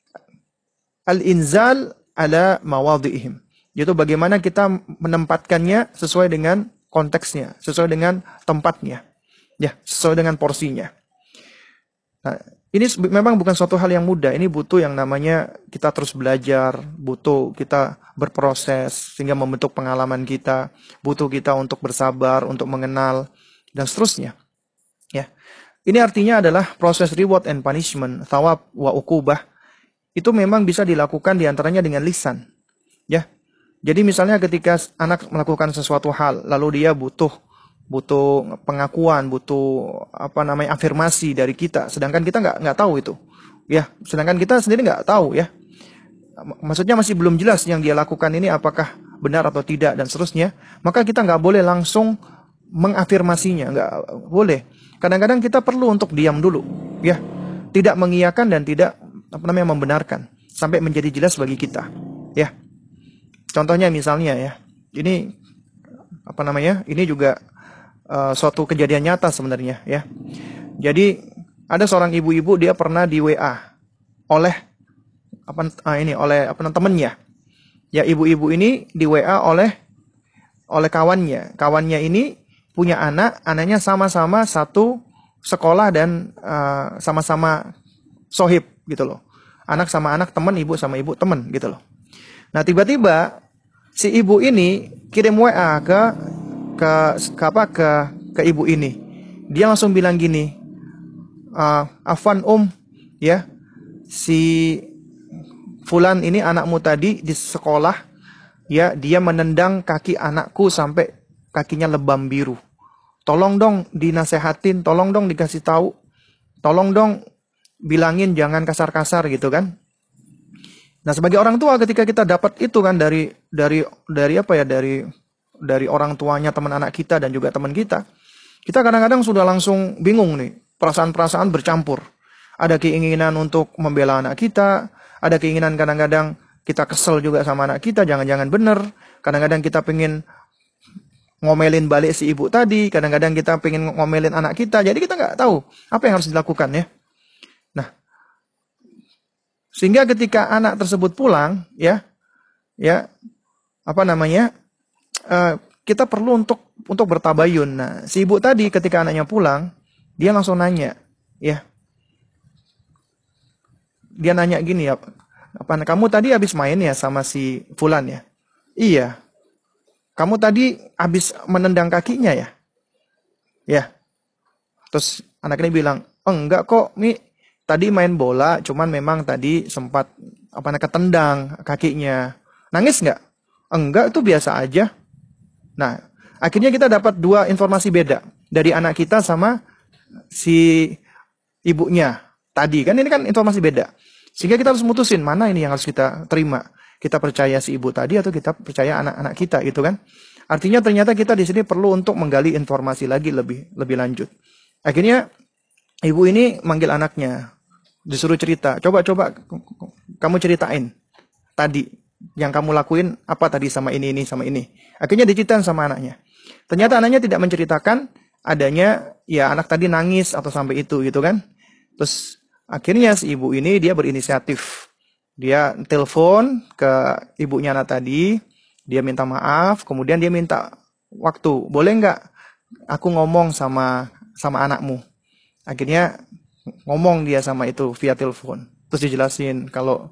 al-inzal ala mawadhi'ihim. Yaitu bagaimana kita menempatkannya sesuai dengan konteksnya, sesuai dengan tempatnya. Ya, sesuai dengan porsinya. Nah, ini memang bukan suatu hal yang mudah. Ini butuh yang namanya kita terus belajar, butuh kita berproses sehingga membentuk pengalaman kita, butuh kita untuk bersabar, untuk mengenal dan seterusnya. Ya. Ini artinya adalah proses reward and punishment, thawab wa uqubah. Itu memang bisa dilakukan diantaranya dengan lisan. Ya. Jadi misalnya ketika anak melakukan sesuatu hal, lalu dia butuh pengakuan, butuh afirmasi dari kita, sedangkan kita nggak tahu itu, ya, sedangkan kita sendiri nggak tahu, ya, maksudnya masih belum jelas yang dia lakukan ini apakah benar atau tidak dan seterusnya, maka kita nggak boleh langsung mengafirmasinya, nggak boleh. Kadang-kadang kita perlu untuk diam dulu, ya, tidak mengiyakan dan tidak membenarkan sampai menjadi jelas bagi kita, ya. Contohnya misalnya ya, ini ini juga suatu kejadian nyata sebenarnya, ya. Jadi ada seorang ibu-ibu, dia pernah di WA oleh temannya. Ya, ibu-ibu ini di WA oleh kawannya. Kawannya ini punya anaknya sama-sama satu sekolah dan sama-sama sohib gitu loh. Anak sama anak, teman, ibu sama ibu, teman gitu loh. Nah, tiba-tiba si ibu ini kirim WA ke ibu ini. Dia langsung bilang gini, Afwan ya, si Fulan ini anakmu tadi di sekolah, ya, dia menendang kaki anakku sampai kakinya lebam biru. Tolong dong dinasehatin, tolong dong dikasih tahu, tolong dong bilangin jangan kasar-kasar gitu kan. Nah, sebagai orang tua ketika kita dapat itu kan dari dari orang tuanya teman anak kita dan juga teman kita, kita kadang-kadang sudah langsung bingung nih, perasaan-perasaan bercampur. Ada keinginan untuk membela anak kita, ada keinginan kadang-kadang kita kesel juga sama anak kita, jangan-jangan bener. Kadang-kadang kita pengen ngomelin balik si ibu tadi, kadang-kadang kita pengen ngomelin anak kita, jadi kita nggak tahu apa yang harus dilakukan ya. Nah, sehingga ketika anak tersebut pulang, ya, kita perlu untuk bertabayun. Nah, si ibu tadi ketika anaknya pulang, dia langsung nanya, ya, dia nanya gini ya, kamu tadi habis main ya sama si Fulan ya? Iya. Kamu tadi habis menendang kakinya ya? Ya. Terus anak ini bilang, oh, enggak kok, Mi. Tadi main bola, cuman memang tadi sempat ketendang kakinya. Nangis nggak? Enggak, itu biasa aja. Nah, akhirnya kita dapat dua informasi beda dari anak kita sama si ibunya tadi. Kan ini kan informasi beda. Sehingga kita harus mutusin mana ini yang harus kita terima. Kita percaya si ibu tadi atau kita percaya anak-anak kita gitu kan. Artinya ternyata kita di sini perlu untuk menggali informasi lagi lebih lanjut. Akhirnya ibu ini manggil anaknya, disuruh cerita. Coba kamu ceritain tadi yang kamu lakuin apa tadi sama ini sama ini. Akhirnya diceritain sama anaknya. Ternyata anaknya tidak menceritakan adanya ya anak tadi nangis atau sampai itu gitu kan. Terus akhirnya si ibu ini dia berinisiatif. Dia telepon ke ibunya anak tadi, dia minta maaf, kemudian dia minta waktu. Boleh nggak aku ngomong sama anakmu? Akhirnya ngomong dia sama itu via telepon. Terus dijelasin kalau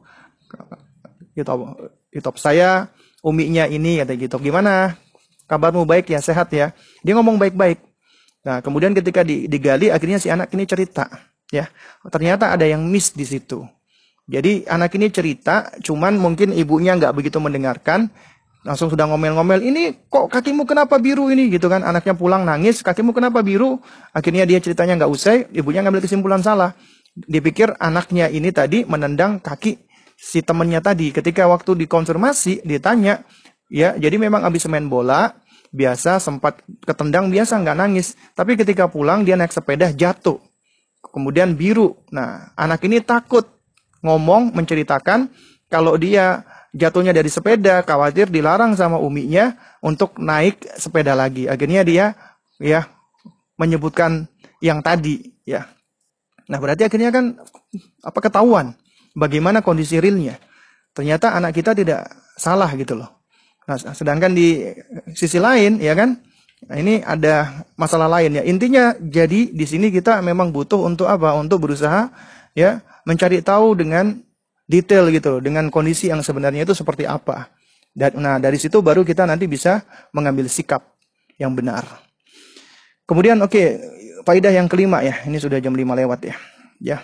gitu saya uminya ini kata gitu. Gimana? Kabarmu baik ya, sehat ya? Dia ngomong baik-baik. Nah, kemudian ketika digali akhirnya si anak ini cerita, ya. Ternyata ada yang miss di situ. Jadi anak ini cerita, cuman mungkin ibunya nggak begitu mendengarkan, langsung sudah ngomel-ngomel, ini kok kakimu kenapa biru ini gitu kan. Anaknya pulang nangis, kakimu kenapa biru? Akhirnya dia ceritanya nggak usai, ibunya ngambil kesimpulan salah. Dipikir anaknya ini tadi menendang kaki si temennya tadi. Ketika waktu dikonfirmasi, ditanya, ya jadi memang habis main bola, biasa sempat ketendang, biasa nggak nangis. Tapi ketika pulang dia naik sepeda jatuh, kemudian biru. Nah, anak ini takut ngomong, menceritakan kalau dia jatuhnya dari sepeda, khawatir dilarang sama uminya untuk naik sepeda lagi. Akhirnya dia ya menyebutkan yang tadi ya. Nah, berarti akhirnya kan ketahuan bagaimana kondisi realnya. Ternyata anak kita tidak salah gitu loh. Nah, sedangkan di sisi lain ya kan, nah ini ada masalah lain ya. Intinya jadi di sini kita memang butuh untuk apa? Untuk berusaha ya mencari tahu dengan detail gitu loh, dengan kondisi yang sebenarnya itu seperti apa. Nah, dari situ baru kita nanti bisa mengambil sikap yang benar. Kemudian faedah yang kelima ya, ini sudah jam 5 lewat ya. Ya.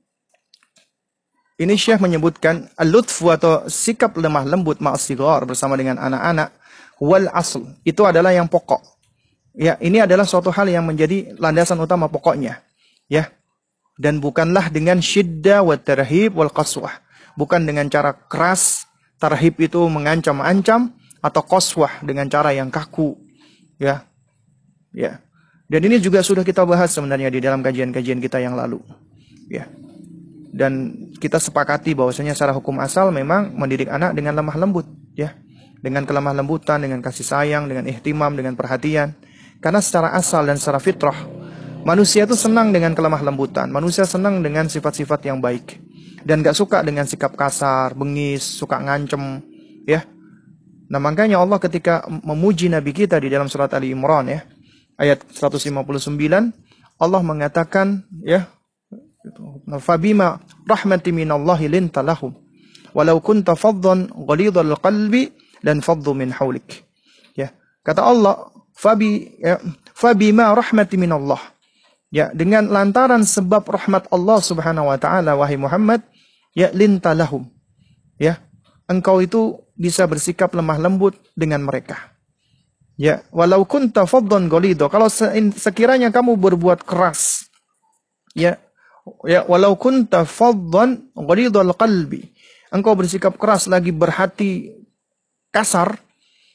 Ini Syekh menyebutkan al-lutfu atau sikap lemah lembut ma'as-sighar bersama dengan anak-anak wal asl. Itu adalah yang pokok. Ya, ini adalah suatu hal yang menjadi landasan utama pokoknya. Ya. Dan bukanlah dengan syiddah wa tarhib wal qaswah. Bukan dengan cara keras, tarhib itu mengancam-ancam, atau qaswah dengan cara yang kaku. Ya. Ya. Dan ini juga sudah kita bahas sebenarnya di dalam kajian-kajian kita yang lalu. Ya. Dan kita sepakati bahwasanya secara hukum asal memang mendidik anak dengan lemah lembut, ya. Dengan kelemah lembutan, dengan kasih sayang, dengan ihtimam, dengan perhatian. Karena secara asal dan secara fitrah manusia itu senang dengan kelemah lembutan. Manusia senang dengan sifat-sifat yang baik. Dan gak suka dengan sikap kasar, bengis, suka ngancem. Ya. Nah makanya Allah ketika memuji Nabi kita di dalam surat Ali Imran ya. Ayat 159. Allah mengatakan ya. Fabima rahmati minallahi linta lahum. Walau kunta faddan ghalidhal qalbi dan faddu min haulik. Ya. Kata Allah. Fabima rahmati minallah. Ya, dengan lantaran sebab rahmat Allah Subhanahu wa taala wahai Muhammad, ya linta lahum. Ya, engkau itu bisa bersikap lemah lembut dengan mereka. Ya, walau kunta faddan ghalidha, kalau sekiranya kamu berbuat keras. Ya, walau kunta faddan ghalidhal qalbi. Engkau bersikap keras lagi berhati kasar,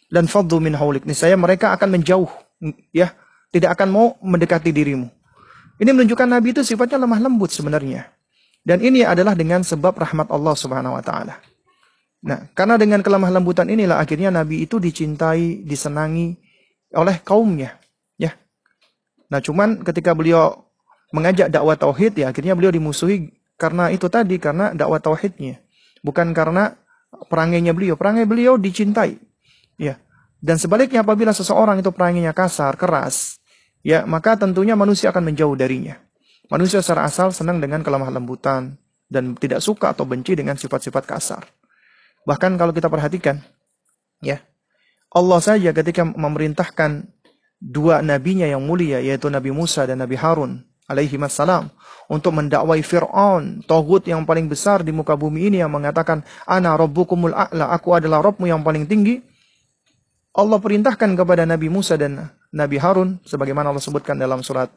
lan faddu min haulik. Niscaya mereka akan menjauh, ya, tidak akan mau mendekati dirimu. Ini menunjukkan Nabi itu sifatnya lemah lembut sebenarnya. Dan ini adalah dengan sebab rahmat Allah Subhanahu wa taala. Nah, karena dengan kelemah lembutan inilah akhirnya Nabi itu dicintai, disenangi oleh kaumnya, ya. Nah, cuman ketika beliau mengajak dakwah tauhid, ya akhirnya beliau dimusuhi karena itu tadi, karena dakwah tauhidnya. Bukan karena perangainya beliau. Perangai beliau dicintai, ya. Dan sebaliknya apabila seseorang itu perangainya kasar, keras, ya, maka tentunya manusia akan menjauh darinya. Manusia secara asal senang dengan kelemah lembutan dan tidak suka atau benci dengan sifat-sifat kasar. Bahkan kalau kita perhatikan, ya, Allah saja ketika memerintahkan dua nabinya yang mulia, yaitu Nabi Musa dan Nabi Harun alaihi wassalam, untuk mendakwai Fir'aun, tauhid yang paling besar di muka bumi ini, yang mengatakan, Ana rabbukumul a'la, aku adalah Rabbmu yang paling tinggi. Allah perintahkan kepada Nabi Musa dan Nabi Harun, sebagaimana Allah sebutkan dalam surat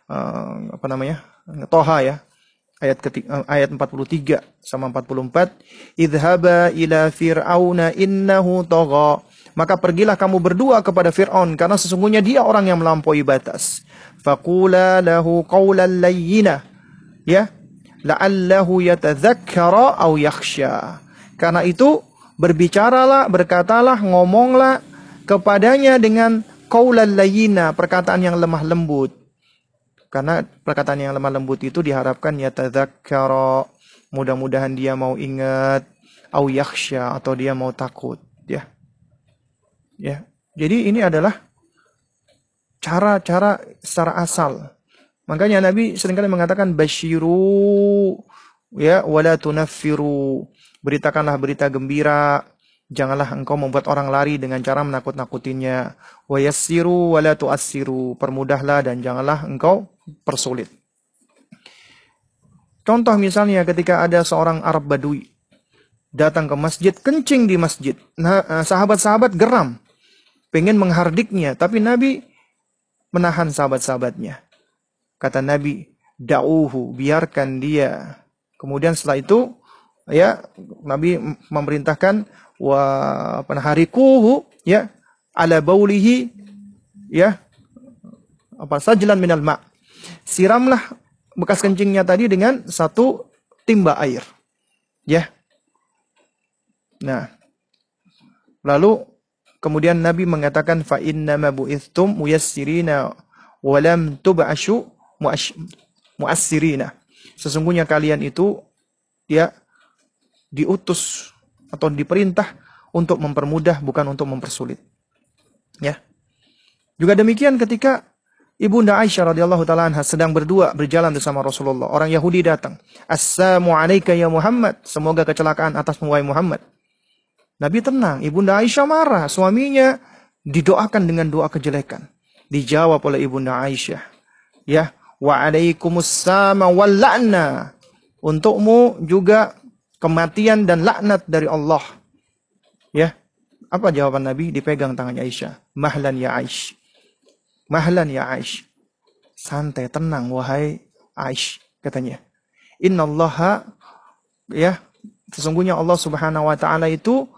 Toha, ya, ayat 43 sama 44, idhaba ila fir'auna innahu tagha, maka pergilah kamu berdua kepada Fir'aun karena sesungguhnya dia orang yang melampaui batas. Faqula lahu qawlan layyina, ya, la'allahu yatadzakkara aw yakhsha. Karena itu berbicaralah, berkatalah, ngomonglah kepadanya dengan qawlan layyina, perkataan yang lemah lembut. Karena perkataan yang lemah lembut itu diharapkan yatadzakkara, mudah-mudahan dia mau ingat, au yakhsha, atau dia mau takut, ya. Ya. Jadi ini adalah cara-cara secara asal. Makanya Nabi seringkali mengatakan basyiru, ya, wala tunaffiru. Beritakanlah berita gembira, janganlah engkau membuat orang lari dengan cara menakut-nakutinya. Wa yassiru wala tu'assiru. Permudahlah dan janganlah engkau persulit. Contoh misalnya ketika ada seorang Arab Badui datang ke masjid, kencing di masjid. Nah, sahabat-sahabat geram, pengen menghardiknya, tapi Nabi menahan sahabat-sahabatnya. Kata Nabi, da'uhu, biarkan dia. Kemudian setelah itu, ya, Nabi memerintahkan wa panharikuhu, ya, ala baulihi, ya, sajlan minal ma'. Siramlah bekas kencingnya tadi dengan satu timba air, ya. Nah, lalu kemudian Nabi mengatakan fa innama bu'ithtum muyassirina wa lam tub'asyu mu'assirina. Sesungguhnya kalian itu, ya, diutus atau diperintah untuk mempermudah, bukan untuk mempersulit, ya. Juga demikian ketika Ibunda Aisyah radhiyallahu taala anha sedang berdua berjalan bersama Rasulullah. Orang Yahudi datang. Assalamu alayka ya Muhammad. Semoga kecelakaan atasmu wahai Muhammad. Nabi tenang. Ibunda Aisyah marah. Suaminya didoakan dengan doa kejelekan. Dijawab oleh Ibunda Aisyah, ya, wa alaikumussalam wal la'na. Untukmu juga kematian dan laknat dari Allah. Ya. Apa jawaban Nabi? Dipegang tangannya Aisyah. Mahlan ya Aisyah. Mahlan ya Aish, santai, tenang wahai Aish, katanya. Innallaha, ya, sesungguhnya Allah Subhanahu wa taala itu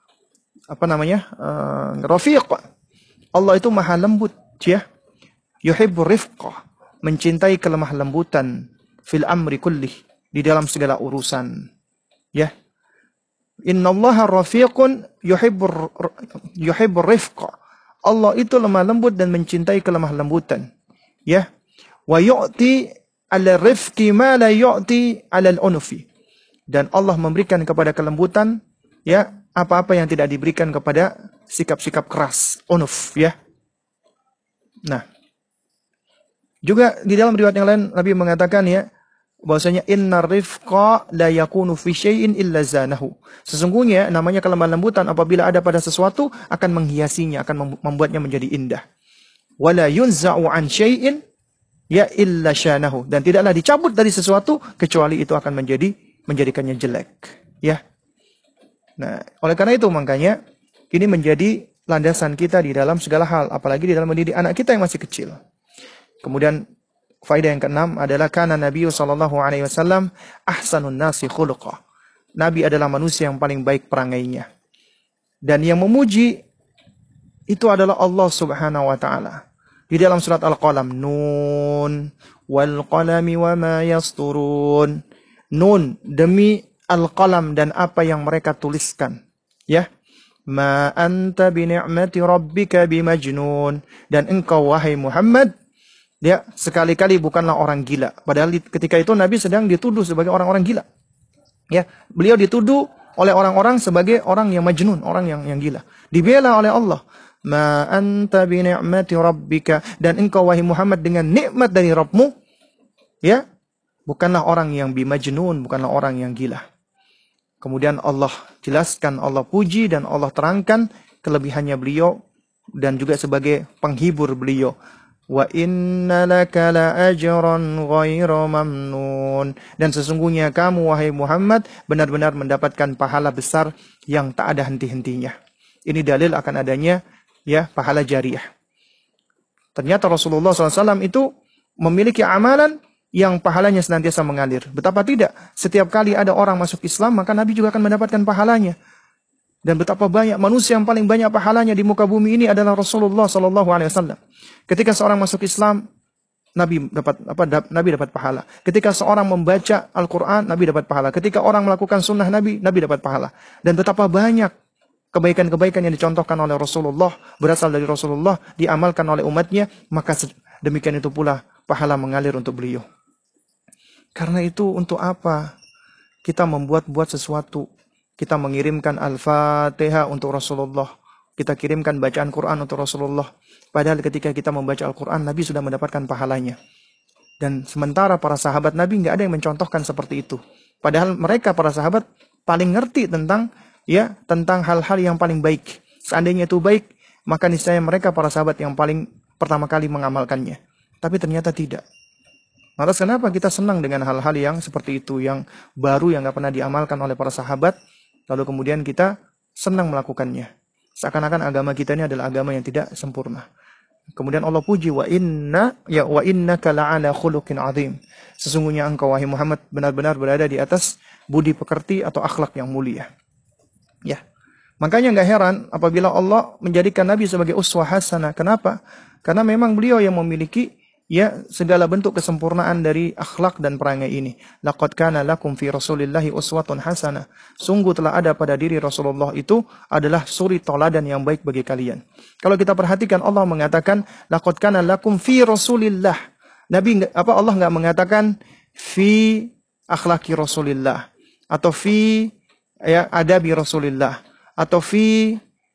rafiq. Allah itu maha lembut, ya. Yuhibbur rifqah, mencintai kelemah lembutan fil amri kullih, di dalam segala urusan, ya. Innallaha rafiqun yuhibbur rifqah. Allah itu lemah lembut dan mencintai kelemah lembutan, ya. Wa yu'ti 'ala rifqi ma la yu'ti 'ala al-unfi. Dan Allah memberikan kepada kelembutan, ya, apa-apa yang tidak diberikan kepada sikap-sikap keras, unuf, ya. Nah, juga di dalam riwayat yang lain Nabi mengatakan, ya, bahwasanya innar rifqa la yakunu fi syai'in illa zanahu. Sesungguhnya namanya kelemah lembutan apabila ada pada sesuatu akan menghiasinya, akan membuatnya menjadi indah. Wala yunza'u an syai'in ya illa syanahu. Dan tidaklah dicabut dari sesuatu kecuali itu akan menjadikannya jelek, ya. Nah, oleh karena itu makanya ini menjadi landasan kita di dalam segala hal, apalagi di dalam mendidik anak kita yang masih kecil. Kemudian faedah yang keenam adalah kana Nabi sallallahu alaihi wasallam ahsanun nasi khuluqah. Nabi adalah manusia yang paling baik perangainya. Dan yang memuji itu adalah Allah Subhanahu wa taala. Di dalam surat Al-Qalam, Nun wal qalami wama yasturun. Nun, demi Al-Qalam dan apa yang mereka tuliskan. Ya. Ma anta bi ni'mati rabbika bimajnun. Dan engkau wahai Muhammad, dia sekali-kali bukanlah orang gila. Padahal ketika itu Nabi sedang dituduh sebagai orang-orang gila. Ya, beliau dituduh oleh orang-orang sebagai orang yang majnun, orang yang gila. Dibela oleh Allah. Ma anta bi ni'mati rabbika, dan engkau wahai Muhammad dengan nikmat dari Rabbmu, ya, bukanlah orang yang bimajnun, bukanlah orang yang gila. Kemudian Allah jelaskan, Allah puji dan Allah terangkan kelebihannya beliau dan juga sebagai penghibur beliau. Wa inna laka la ajran ghairu mamnun, dan sesungguhnya kamu wahai Muhammad benar-benar mendapatkan pahala besar yang tak ada henti-hentinya. Ini dalil akan adanya ya pahala jariah. Ternyata Rasulullah SAW itu memiliki amalan yang pahalanya senantiasa mengalir. Betapa tidak, setiap kali ada orang masuk Islam, maka Nabi juga akan mendapatkan pahalanya. Dan betapa banyak manusia yang paling banyak pahalanya di muka bumi ini adalah Rasulullah SAW. Ketika seorang masuk Islam, Nabi dapat pahala. Ketika seorang membaca Al-Quran, Nabi dapat pahala. Ketika orang melakukan sunnah Nabi dapat pahala. Dan betapa banyak kebaikan-kebaikan yang dicontohkan oleh Rasulullah, berasal dari Rasulullah, diamalkan oleh umatnya, maka demikian itu pula pahala mengalir untuk beliau. Karena itu untuk apa kita membuat-buat sesuatu? Kita mengirimkan Al-Fatihah untuk Rasulullah. Kita kirimkan bacaan Quran untuk Rasulullah. Padahal ketika kita membaca Al-Quran, Nabi sudah mendapatkan pahalanya. Dan sementara para sahabat Nabi nggak ada yang mencontohkan seperti itu. Padahal mereka para sahabat paling ngerti tentang hal-hal yang paling baik. Seandainya itu baik, maka niscaya mereka para sahabat yang paling pertama kali mengamalkannya. Tapi ternyata tidak. Lantas kenapa kita senang dengan hal-hal yang seperti itu, yang baru, yang nggak pernah diamalkan oleh para sahabat, lalu kemudian kita senang melakukannya. Seakan-akan agama kita ini adalah agama yang tidak sempurna. Kemudian Allah puji, wa innaka la'ala khuluqin azim. Sesungguhnya engkau wahai Muhammad benar-benar berada di atas budi pekerti atau akhlak yang mulia. Ya. Makanya nggak heran apabila Allah menjadikan Nabi sebagai uswah hasanah. Kenapa? Karena memang beliau yang memiliki segala bentuk kesempurnaan dari akhlak dan perangai ini. Laqad kana lakum fi Rasulillahi uswatun hasanah. Sungguh telah ada pada diri Rasulullah itu adalah suri toladan yang baik bagi kalian. Kalau kita perhatikan, Allah mengatakan laqad kana lakum fi Rasulillah. Allah enggak mengatakan fi akhlaki Rasulillah atau fi adabi Rasulillah atau fi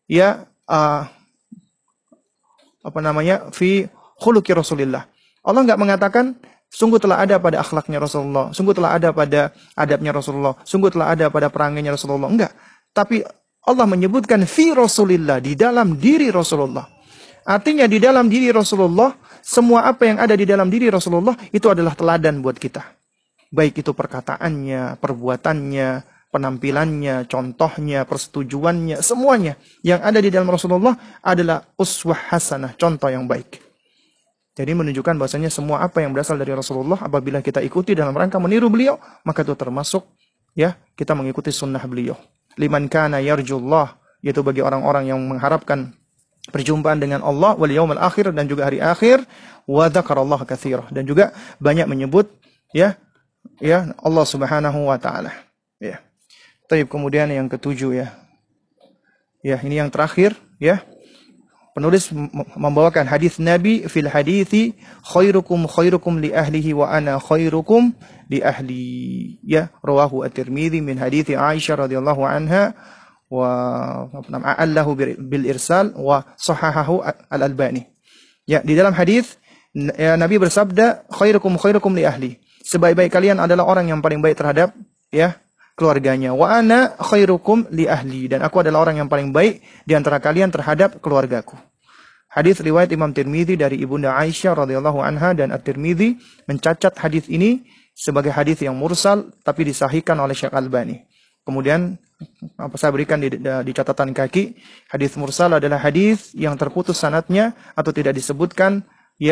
fi khuluqi Rasulillah. Allah enggak mengatakan sungguh telah ada pada akhlaknya Rasulullah, sungguh telah ada pada adabnya Rasulullah, sungguh telah ada pada perangainya Rasulullah. Enggak. Tapi Allah menyebutkan fi Rasulillah, di dalam diri Rasulullah. Artinya di dalam diri Rasulullah, semua apa yang ada di dalam diri Rasulullah itu adalah teladan buat kita. Baik itu perkataannya, perbuatannya, penampilannya, contohnya, persetujuannya, semuanya yang ada di dalam Rasulullah adalah uswah hasanah, contoh yang baik. Jadi menunjukkan bahwasanya semua apa yang berasal dari Rasulullah apabila kita ikuti dalam rangka meniru beliau, maka itu termasuk kita mengikuti sunnah beliau. Liman kana yarjullah, yaitu bagi orang-orang yang mengharapkan perjumpaan dengan Allah wal yaumil akhir, dan juga hari akhir, wa dzakarallaha katsira, dan juga banyak menyebut Allah Subhanahu wa taala. Ya. Baik, kemudian yang ketujuh ini yang terakhir penulis membawakan hadis Nabi fil hadithi khairukum li ahlihi wa ana khairukum li ahli. Rawahu at-Tirmidzi min hadithi Aisyah radhiyallahu anha wa a'allahu bil irsal wa sahahahu al-Albani. Di dalam hadis Nabi bersabda, khairukum li ahli. Sebaik-baik kalian adalah orang yang paling baik terhadap keluarganya. Wa ana khairukum li ahli, dan aku adalah orang yang paling baik di antara kalian terhadap keluargaku. Hadis riwayat Imam Tirmidzi dari Ibunda Aisyah radhiyallahu anha, dan At-Tirmidzi mencatat hadis ini sebagai hadis yang mursal tapi disahihkan oleh Syekh Albani. Kemudian saya berikan di catatan kaki, hadis mursal adalah hadis yang terputus sanadnya atau tidak disebutkan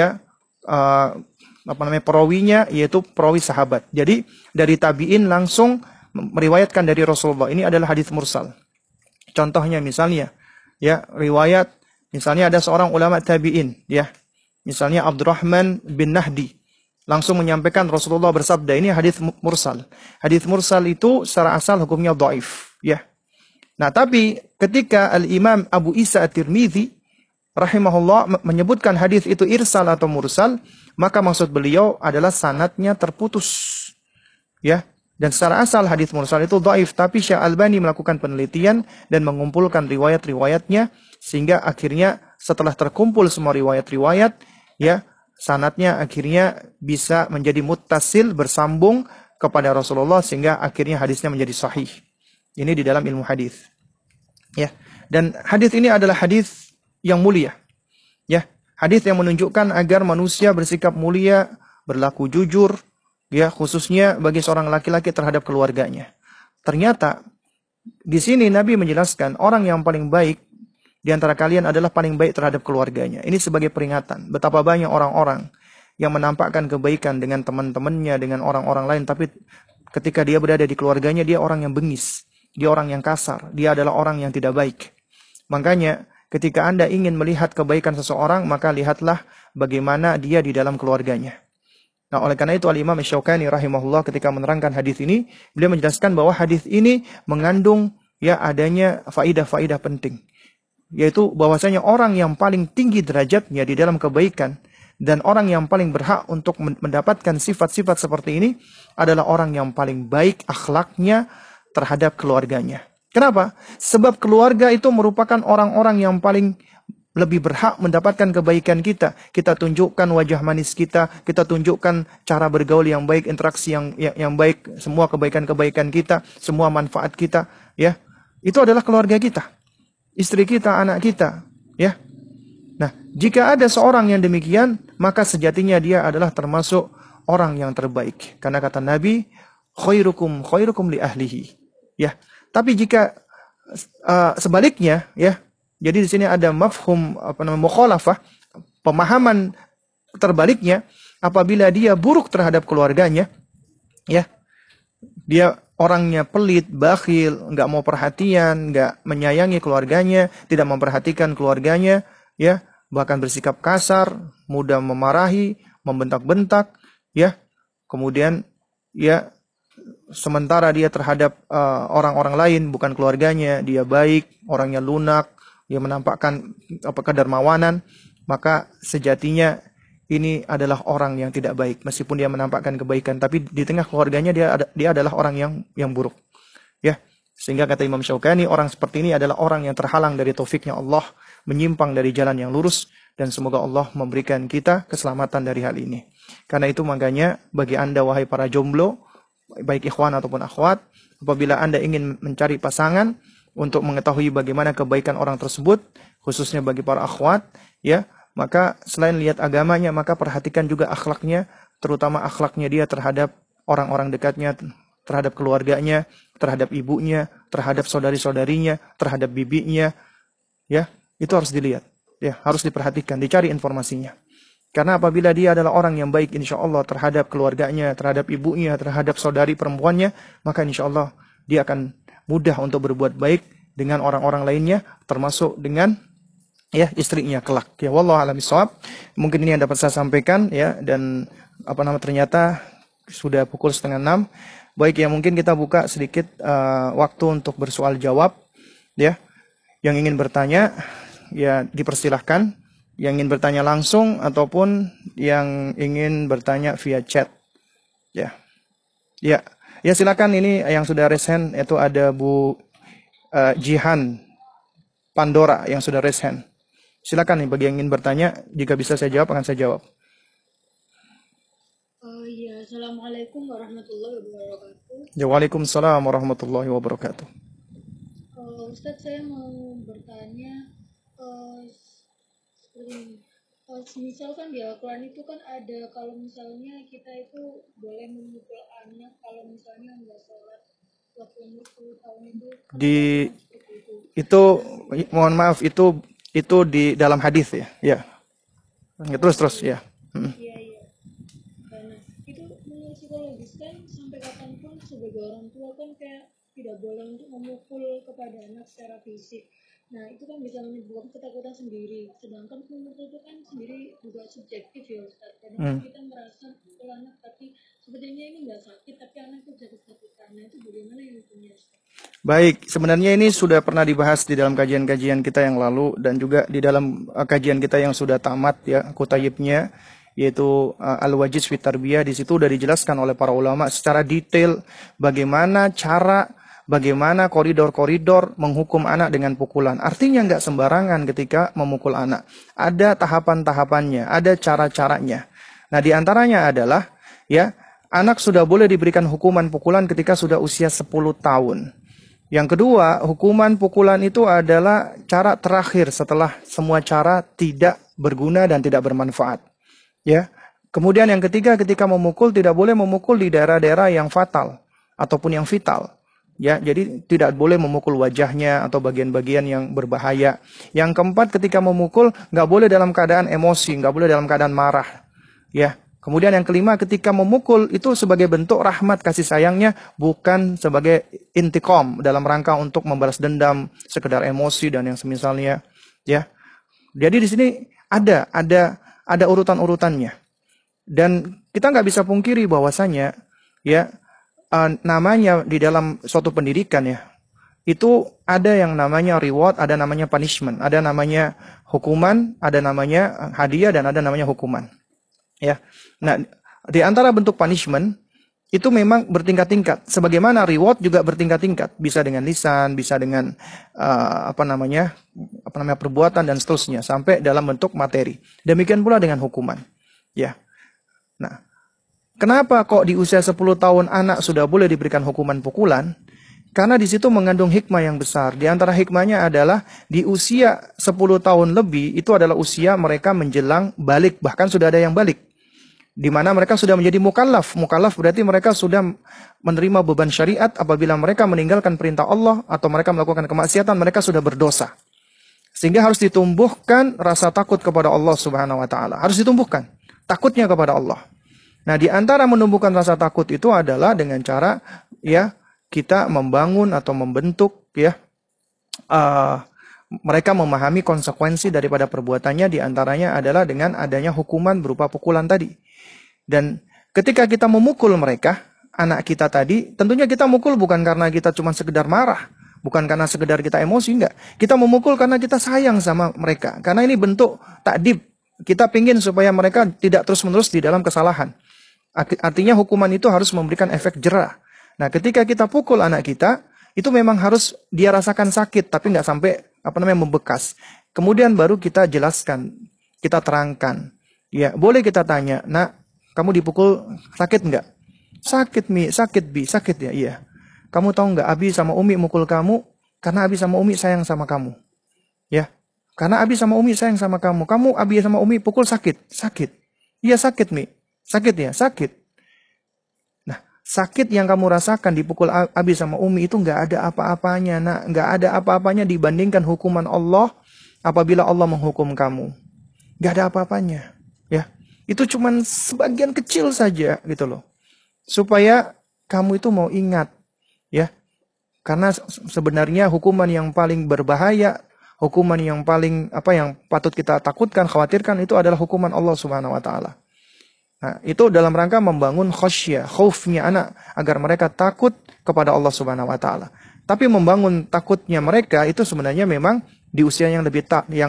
perawinya, yaitu perawi sahabat. Jadi dari tabi'in langsung meriwayatkan dari Rasulullah. Ini adalah hadis mursal. Contohnya misalnya riwayat Misalnya ada seorang ulama tabi'in, ya. Misalnya Abdurrahman bin Nahdi langsung menyampaikan Rasulullah bersabda, ini hadis mursal. Hadis mursal itu secara asal hukumnya dhaif, ya. Nah, tapi ketika Al-Imam Abu Isa At-Tirmidzi rahimahullah menyebutkan hadis itu irsal atau mursal, maka maksud beliau adalah sanadnya terputus. Ya, dan secara asal hadis mursal itu dhaif, tapi Syekh Albani melakukan penelitian dan mengumpulkan riwayat-riwayatnya sehingga akhirnya setelah terkumpul semua riwayat-riwayat, ya, sanadnya akhirnya bisa menjadi muttasil, bersambung kepada Rasulullah sehingga akhirnya hadisnya menjadi sahih. Ini di dalam ilmu hadis. Ya. Dan hadis ini adalah hadis yang mulia. Ya, hadis yang menunjukkan agar manusia bersikap mulia, berlaku jujur, ya, khususnya bagi seorang laki-laki terhadap keluarganya. Ternyata di sini Nabi menjelaskan orang yang paling baik di antara kalian adalah paling baik terhadap keluarganya. Ini sebagai peringatan betapa banyak orang-orang yang menampakkan kebaikan dengan teman-temannya, dengan orang-orang lain, tapi ketika dia berada di keluarganya dia orang yang bengis, dia orang yang kasar, dia adalah orang yang tidak baik. Makanya ketika Anda ingin melihat kebaikan seseorang, maka lihatlah bagaimana dia di dalam keluarganya. Nah, oleh karena itu Al-Imam Asy-Syaukani rahimahullah ketika menerangkan hadis ini, beliau menjelaskan bahwa hadis ini mengandung ya adanya faidah-faidah penting. Yaitu bahwasanya orang yang paling tinggi derajatnya di dalam kebaikan dan orang yang paling berhak untuk mendapatkan sifat-sifat seperti ini adalah orang yang paling baik akhlaknya terhadap keluarganya. Kenapa? Sebab keluarga itu merupakan orang-orang yang paling lebih berhak mendapatkan kebaikan kita. Kita tunjukkan wajah manis kita, kita tunjukkan cara bergaul yang baik, interaksi yang baik, semua kebaikan-kebaikan kita, semua manfaat kita, ya. Itu adalah keluarga kita. Istri kita, anak kita, ya. Nah, jika ada seorang yang demikian, maka sejatinya dia adalah termasuk orang yang terbaik. Karena kata Nabi, khairukum li ahlihi. Ya. Tapi jika sebaliknya, ya. Jadi di sini ada mafhum mukhalafah, pemahaman terbaliknya, apabila dia buruk terhadap keluarganya, ya, dia orangnya pelit, bakhil, nggak mau perhatian, nggak menyayangi keluarganya, tidak memperhatikan keluarganya, ya, bahkan bersikap kasar, mudah memarahi, membentak-bentak, ya, kemudian, ya, sementara dia terhadap orang-orang lain bukan keluarganya, dia baik, orangnya lunak, dia menampakkan kedermawanan, maka sejatinya ini adalah orang yang tidak baik. Meskipun dia menampakkan kebaikan, tapi di tengah keluarganya dia adalah orang yang buruk. Ya, sehingga kata Imam Syaukani, orang seperti ini adalah orang yang terhalang dari taufiknya Allah, menyimpang dari jalan yang lurus, dan semoga Allah memberikan kita keselamatan dari hal ini. Karena itu makanya bagi Anda wahai para jomblo, baik ikhwan ataupun akhwat, apabila Anda ingin mencari pasangan untuk mengetahui bagaimana kebaikan orang tersebut, khususnya bagi para akhwat, ya, maka selain lihat agamanya, maka perhatikan juga akhlaknya, terutama akhlaknya dia terhadap orang-orang dekatnya, terhadap keluarganya, terhadap ibunya, terhadap saudari-saudarinya, terhadap bibinya, ya, itu harus dilihat, ya, harus diperhatikan, dicari informasinya. Karena apabila dia adalah orang yang baik insya Allah terhadap keluarganya, terhadap ibunya, terhadap saudari perempuannya, maka insya Allah dia akan mudah untuk berbuat baik dengan orang-orang lainnya, termasuk dengan ya istrinya kelak. Ya, wallahu a'lam bishawab. Mungkin ini yang dapat saya sampaikan, ya, dan ternyata sudah pukul 5:30. Baik, ya, mungkin kita buka sedikit waktu untuk bersoal jawab, ya. Yang ingin bertanya ya dipersilahkan, yang ingin bertanya langsung ataupun yang ingin bertanya via chat. Ya. Ya. Ya, silakan, ini yang sudah raise hand itu ada Bu Jihan Pandora yang sudah raise hand. Silakan nih bagi yang ingin bertanya, jika bisa saya jawab akan saya jawab. Ya, Assalamualaikum warahmatullahi wabarakatuh. Ya, waalaikumsalam warahmatullahi wabarakatuh. Ustadz, saya mau bertanya seperti ini. Misalkan di Al-Quran itu kan ada kalau misalnya kita itu boleh memukul anak kalau misalnya nggak sholat waktu umur 10 tahun itu kan ada aturan seperti itu mohon maaf itu di dalam hadis ya. Ya. Terus ya. Iya, iya. Nah, itu menurut psikologis kan sampai kapanpun sebagai orang tua kan kayak tidak boleh untuk memukul kepada anak secara fisik. Nah, itu kan bisa menimbulkan ketakutan sendiri. Sedangkan memukul itu kan sendiri juga subjektif ya Ustaz. Kadang kan kita merasa mukul anak tapi sebenarnya ini nggak sakit, tapi anak itu sakit-sakitan. Nah, itu bagaimana yang punya Ustaz? Baik, sebenarnya ini sudah pernah dibahas di dalam kajian-kajian kita yang lalu dan juga di dalam kajian kita yang sudah tamat ya, kutayibnya, yaitu Al-Wajiz fi Tarbiyah. Di situ sudah dijelaskan oleh para ulama secara detail bagaimana koridor-koridor menghukum anak dengan pukulan. Artinya nggak sembarangan ketika memukul anak. Ada tahapan-tahapannya, ada cara-caranya. Nah, di antaranya adalah ya, anak sudah boleh diberikan hukuman pukulan ketika sudah usia 10 tahun. Yang kedua, hukuman pukulan itu adalah cara terakhir setelah semua cara tidak berguna dan tidak bermanfaat. Ya. Kemudian yang ketiga, ketika memukul tidak boleh memukul di daerah-daerah yang fatal ataupun yang vital. Ya, jadi tidak boleh memukul wajahnya atau bagian-bagian yang berbahaya. Yang keempat, ketika memukul nggak boleh dalam keadaan emosi, nggak boleh dalam keadaan marah. Ya. Kemudian yang kelima, ketika memukul itu sebagai bentuk rahmat kasih sayangnya, bukan sebagai intiqam dalam rangka untuk membalas dendam, sekedar emosi dan yang semisalnya. Ya, jadi di sini ada urutan-urutannya. Dan kita nggak bisa pungkiri bahwasanya ya namanya di dalam suatu pendidikan ya, itu ada yang namanya reward, ada namanya punishment, ada namanya hukuman, ada namanya hadiah dan ada namanya hukuman. Ya. Nah, di antara bentuk punishment itu memang bertingkat-tingkat. Sebagaimana reward juga bertingkat-tingkat, bisa dengan lisan, bisa dengan perbuatan dan seterusnya sampai dalam bentuk materi. Demikian pula dengan hukuman. Ya. Nah, kenapa kok di usia 10 tahun anak sudah boleh diberikan hukuman pukulan? Karena di situ mengandung hikmah yang besar. Di antara hikmahnya adalah di usia 10 tahun lebih itu adalah usia mereka menjelang balik, bahkan sudah ada yang balik. Di mana mereka sudah menjadi mukallaf. Mukallaf berarti mereka sudah menerima beban syariat. Apabila mereka meninggalkan perintah Allah atau mereka melakukan kemaksiatan, mereka sudah berdosa. Sehingga harus ditumbuhkan rasa takut kepada Allah Subhanahu wa taala. Harus ditumbuhkan takutnya kepada Allah. Nah, di antara menumbuhkan rasa takut itu adalah dengan cara ya kita membangun atau membentuk ya mereka memahami konsekuensi daripada perbuatannya, di antaranya adalah dengan adanya hukuman berupa pukulan tadi. Dan ketika kita memukul mereka, anak kita tadi, tentunya kita mukul bukan karena kita cuma sekedar marah, bukan karena sekedar kita emosi, enggak. Kita memukul karena kita sayang sama mereka. Karena ini bentuk takdib. Kita pingin supaya mereka tidak terus-menerus di dalam kesalahan. Artinya hukuman itu harus memberikan efek jera. Nah, ketika kita pukul anak kita, itu memang harus dia rasakan sakit, tapi nggak sampai membekas. Kemudian baru kita jelaskan, kita terangkan. Ya, boleh kita tanya, nak, kamu dipukul sakit nggak? Sakit Mi, sakit Bi, sakit ya, iya. Kamu tahu nggak, Abi sama Umi mukul kamu karena Abi sama Umi sayang sama kamu. Ya, karena Abi sama Umi sayang sama kamu. Kamu Abi sama Umi pukul sakit, sakit. Iya sakit Mi, sakit ya, sakit. Nah, sakit yang kamu rasakan dipukul Abi sama Umi itu nggak ada apa-apanya, nak, nggak ada apa-apanya dibandingkan hukuman Allah apabila Allah menghukum kamu. Nggak ada apa-apanya, ya. Itu cuman sebagian kecil saja gitu loh. Supaya kamu itu mau ingat ya. Karena sebenarnya hukuman yang paling berbahaya, hukuman yang paling yang patut kita takutkan, khawatirkan itu adalah hukuman Allah Subhanahu wa taala. Nah, itu dalam rangka membangun khasyah, khaufnya anak agar mereka takut kepada Allah Subhanahu wa taala. Tapi membangun takutnya mereka itu sebenarnya memang di usia yang lebih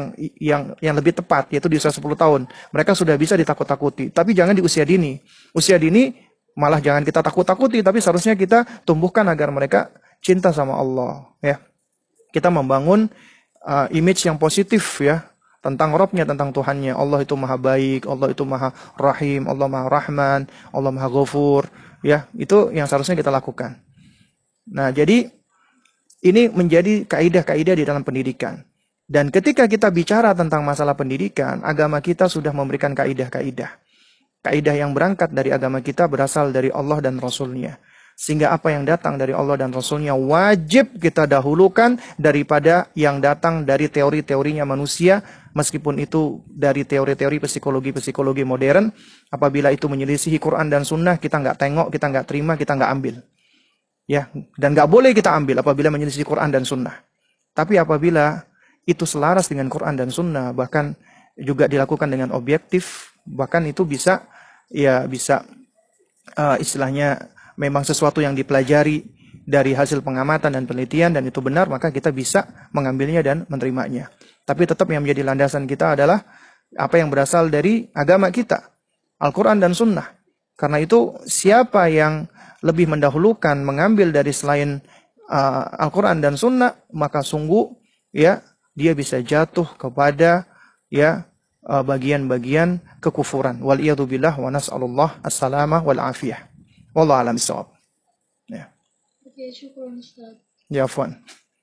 yang lebih tepat, yaitu di usia 10 tahun. Mereka sudah bisa ditakut-takuti, tapi jangan di usia dini. Usia dini malah jangan kita takut-takuti, tapi seharusnya kita tumbuhkan agar mereka cinta sama Allah, ya. Kita membangun image yang positif ya tentang Rabb-nya, tentang Tuhannya. Allah itu maha baik, Allah itu maha rahim, Allah maha rahman, Allah maha ghafur, ya. Itu yang seharusnya kita lakukan. Nah, jadi ini menjadi kaidah-kaidah di dalam pendidikan. Dan ketika kita bicara tentang masalah pendidikan, agama kita sudah memberikan kaidah-kaidah. Kaidah yang berangkat dari agama kita berasal dari Allah dan Rasul-Nya. Sehingga apa yang datang dari Allah dan Rasul-Nya wajib kita dahulukan daripada yang datang dari teori-teorinya manusia. Meskipun itu dari teori-teori psikologi modern. Apabila itu menyelisihi Quran dan Sunnah, kita nggak tengok, kita nggak terima, kita nggak ambil. Ya, dan nggak boleh kita ambil apabila menyelisih Quran dan Sunnah. Tapi apabila itu selaras dengan Quran dan Sunnah, bahkan juga dilakukan dengan objektif, bahkan itu bisa istilahnya memang sesuatu yang dipelajari dari hasil pengamatan dan penelitian dan itu benar, maka kita bisa mengambilnya dan menerimanya. Tapi tetap yang menjadi landasan kita adalah apa yang berasal dari agama kita, Al-Quran dan Sunnah. Karena itu siapa yang lebih mendahulukan mengambil dari selain Al-Quran dan Sunnah, maka sungguh ya dia bisa jatuh kepada bagian-bagian kekufuran. Waliyadzubillah wa nas'alullah as-salamah wal afiyah. Wallahu a'lam bishawab. Ya. Oke, syukron Ustaz. Ya, afwan.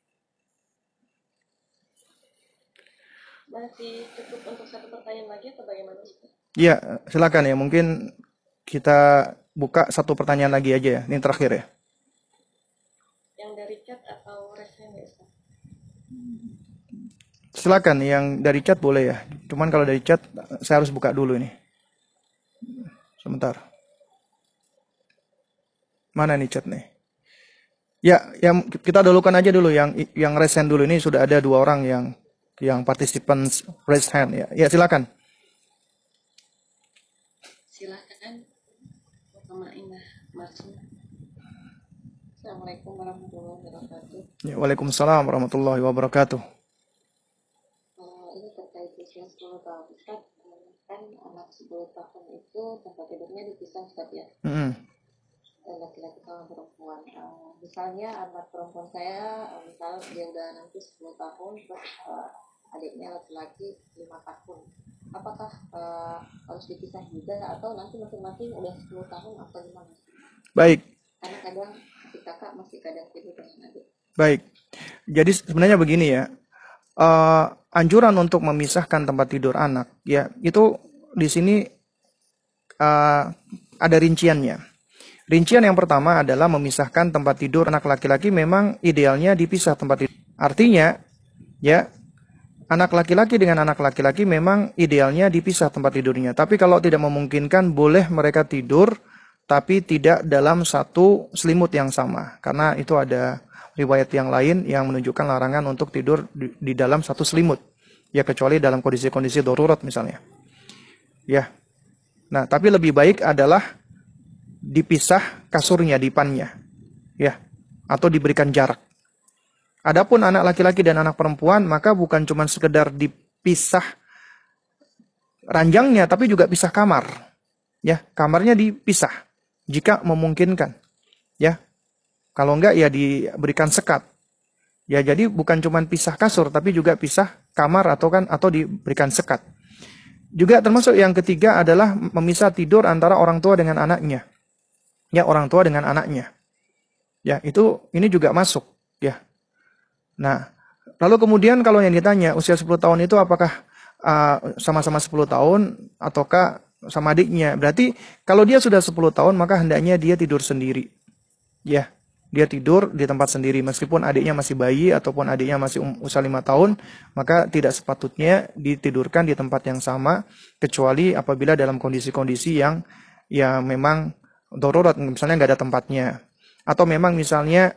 Masih cukup untuk satu pertanyaan lagi atau bagaimana Ustaz? Ya, silakan ya. Mungkin kita buka satu pertanyaan lagi aja ya. Ini terakhir ya. Yang dari chat atau resen ya Ustaz? Silakan yang dari chat boleh ya. Cuman kalau dari chat saya harus buka dulu ini. Sebentar. Mana nih chat nih? Ya, yang kita dulukan aja dulu yang resen dulu. Ini sudah ada 2 orang yang participants raise hand ya. Ya, silakan. Silakan. Mutmainnah Marsum. Assalamualaikum warahmatullahi wabarakatuh. Ya, waalaikumsalam warahmatullahi wabarakatuh. Ini terkait usia 10 tahun Ustaz. Kan anak 10 tahun itu tempat tidurnya dipisah Ustaz ya. Laki-laki sama perempuan. Misalnya anak perempuan saya, misal dia udah nanti 10 tahun, terus adiknya laki-laki 5 tahun. Apakah harus dipisah juga atau nanti masing-masing udah 10 tahun atau gimana? Baik. Karena kadang si kakak masih kadang tidur dengan adik. Baik. Jadi sebenarnya begini ya. Anjuran untuk memisahkan tempat tidur anak ya itu di sini ada rinciannya. Rincian yang pertama adalah memisahkan tempat tidur anak laki-laki memang idealnya dipisah tempat tidur. Artinya ya anak laki-laki dengan anak laki-laki memang idealnya dipisah tempat tidurnya. Tapi kalau tidak memungkinkan boleh mereka tidur tapi tidak dalam satu selimut yang sama. Karena itu ada riwayat yang lain yang menunjukkan larangan untuk tidur di dalam satu selimut. Ya kecuali dalam kondisi-kondisi darurat misalnya. Ya. Nah, tapi lebih baik adalah dipisah kasurnya, dipannya. Ya. Atau diberikan jarak. Adapun anak laki-laki dan anak perempuan, maka bukan cuma sekedar dipisah ranjangnya, tapi juga pisah kamar. Ya, kamarnya dipisah jika memungkinkan. Ya. Kalau enggak ya diberikan sekat. Ya jadi bukan cuma pisah kasur tapi juga pisah kamar atau diberikan sekat. Juga termasuk yang ketiga adalah memisah tidur antara orang tua dengan anaknya. Ya, orang tua dengan anaknya. Ya, ini juga masuk, ya. Nah, lalu kemudian kalau yang ditanya usia 10 tahun itu apakah sama-sama 10 tahun ataukah sama adiknya? Berarti kalau dia sudah 10 tahun maka hendaknya dia tidur sendiri. Ya. Dia tidur di tempat sendiri meskipun adiknya masih bayi ataupun adiknya masih usia 5 tahun, maka tidak sepatutnya ditidurkan di tempat yang sama kecuali apabila dalam kondisi-kondisi yang memang darurat, misalnya nggak ada tempatnya, atau memang misalnya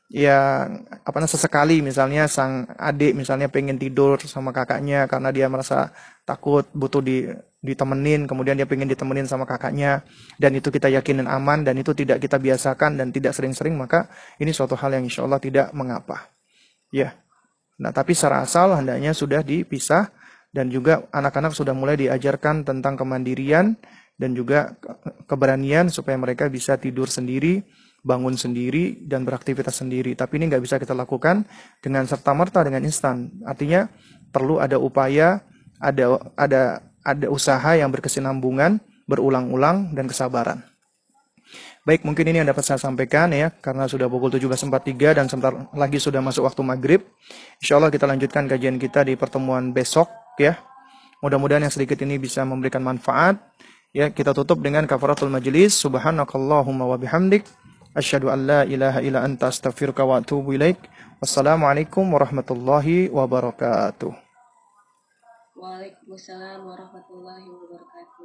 sesekali misalnya sang adik misalnya pengen tidur sama kakaknya karena dia merasa takut butuh ditemenin, kemudian dia pengen ditemenin sama kakaknya dan itu kita yakinin aman dan itu tidak kita biasakan dan tidak sering-sering, maka ini suatu hal yang insya Allah tidak mengapa. Ya. Nah, tapi secara asal hendaknya sudah dipisah dan juga anak-anak sudah mulai diajarkan tentang kemandirian dan juga keberanian supaya mereka bisa tidur sendiri, bangun sendiri dan beraktivitas sendiri. Tapi ini nggak bisa kita lakukan dengan serta-merta dengan instan. Artinya perlu ada upaya, ada usaha yang berkesinambungan, berulang-ulang dan kesabaran. Baik, mungkin ini yang dapat saya sampaikan ya, karena sudah pukul 17.43 dan sebentar lagi sudah masuk waktu maghrib. Insya Allah kita lanjutkan kajian kita di pertemuan besok ya. Mudah-mudahan yang sedikit ini bisa memberikan manfaat. Ya, kita tutup dengan kafaratul majlis. Subhanakallahumma wa bihamdik. Asyhadu an la ilaha illa anta astaghfiruka wa atubu ilaik. Wassalamualaikum warahmatullahi wabarakatuh. Waalaikumsalam warahmatullahi wabarakatuh.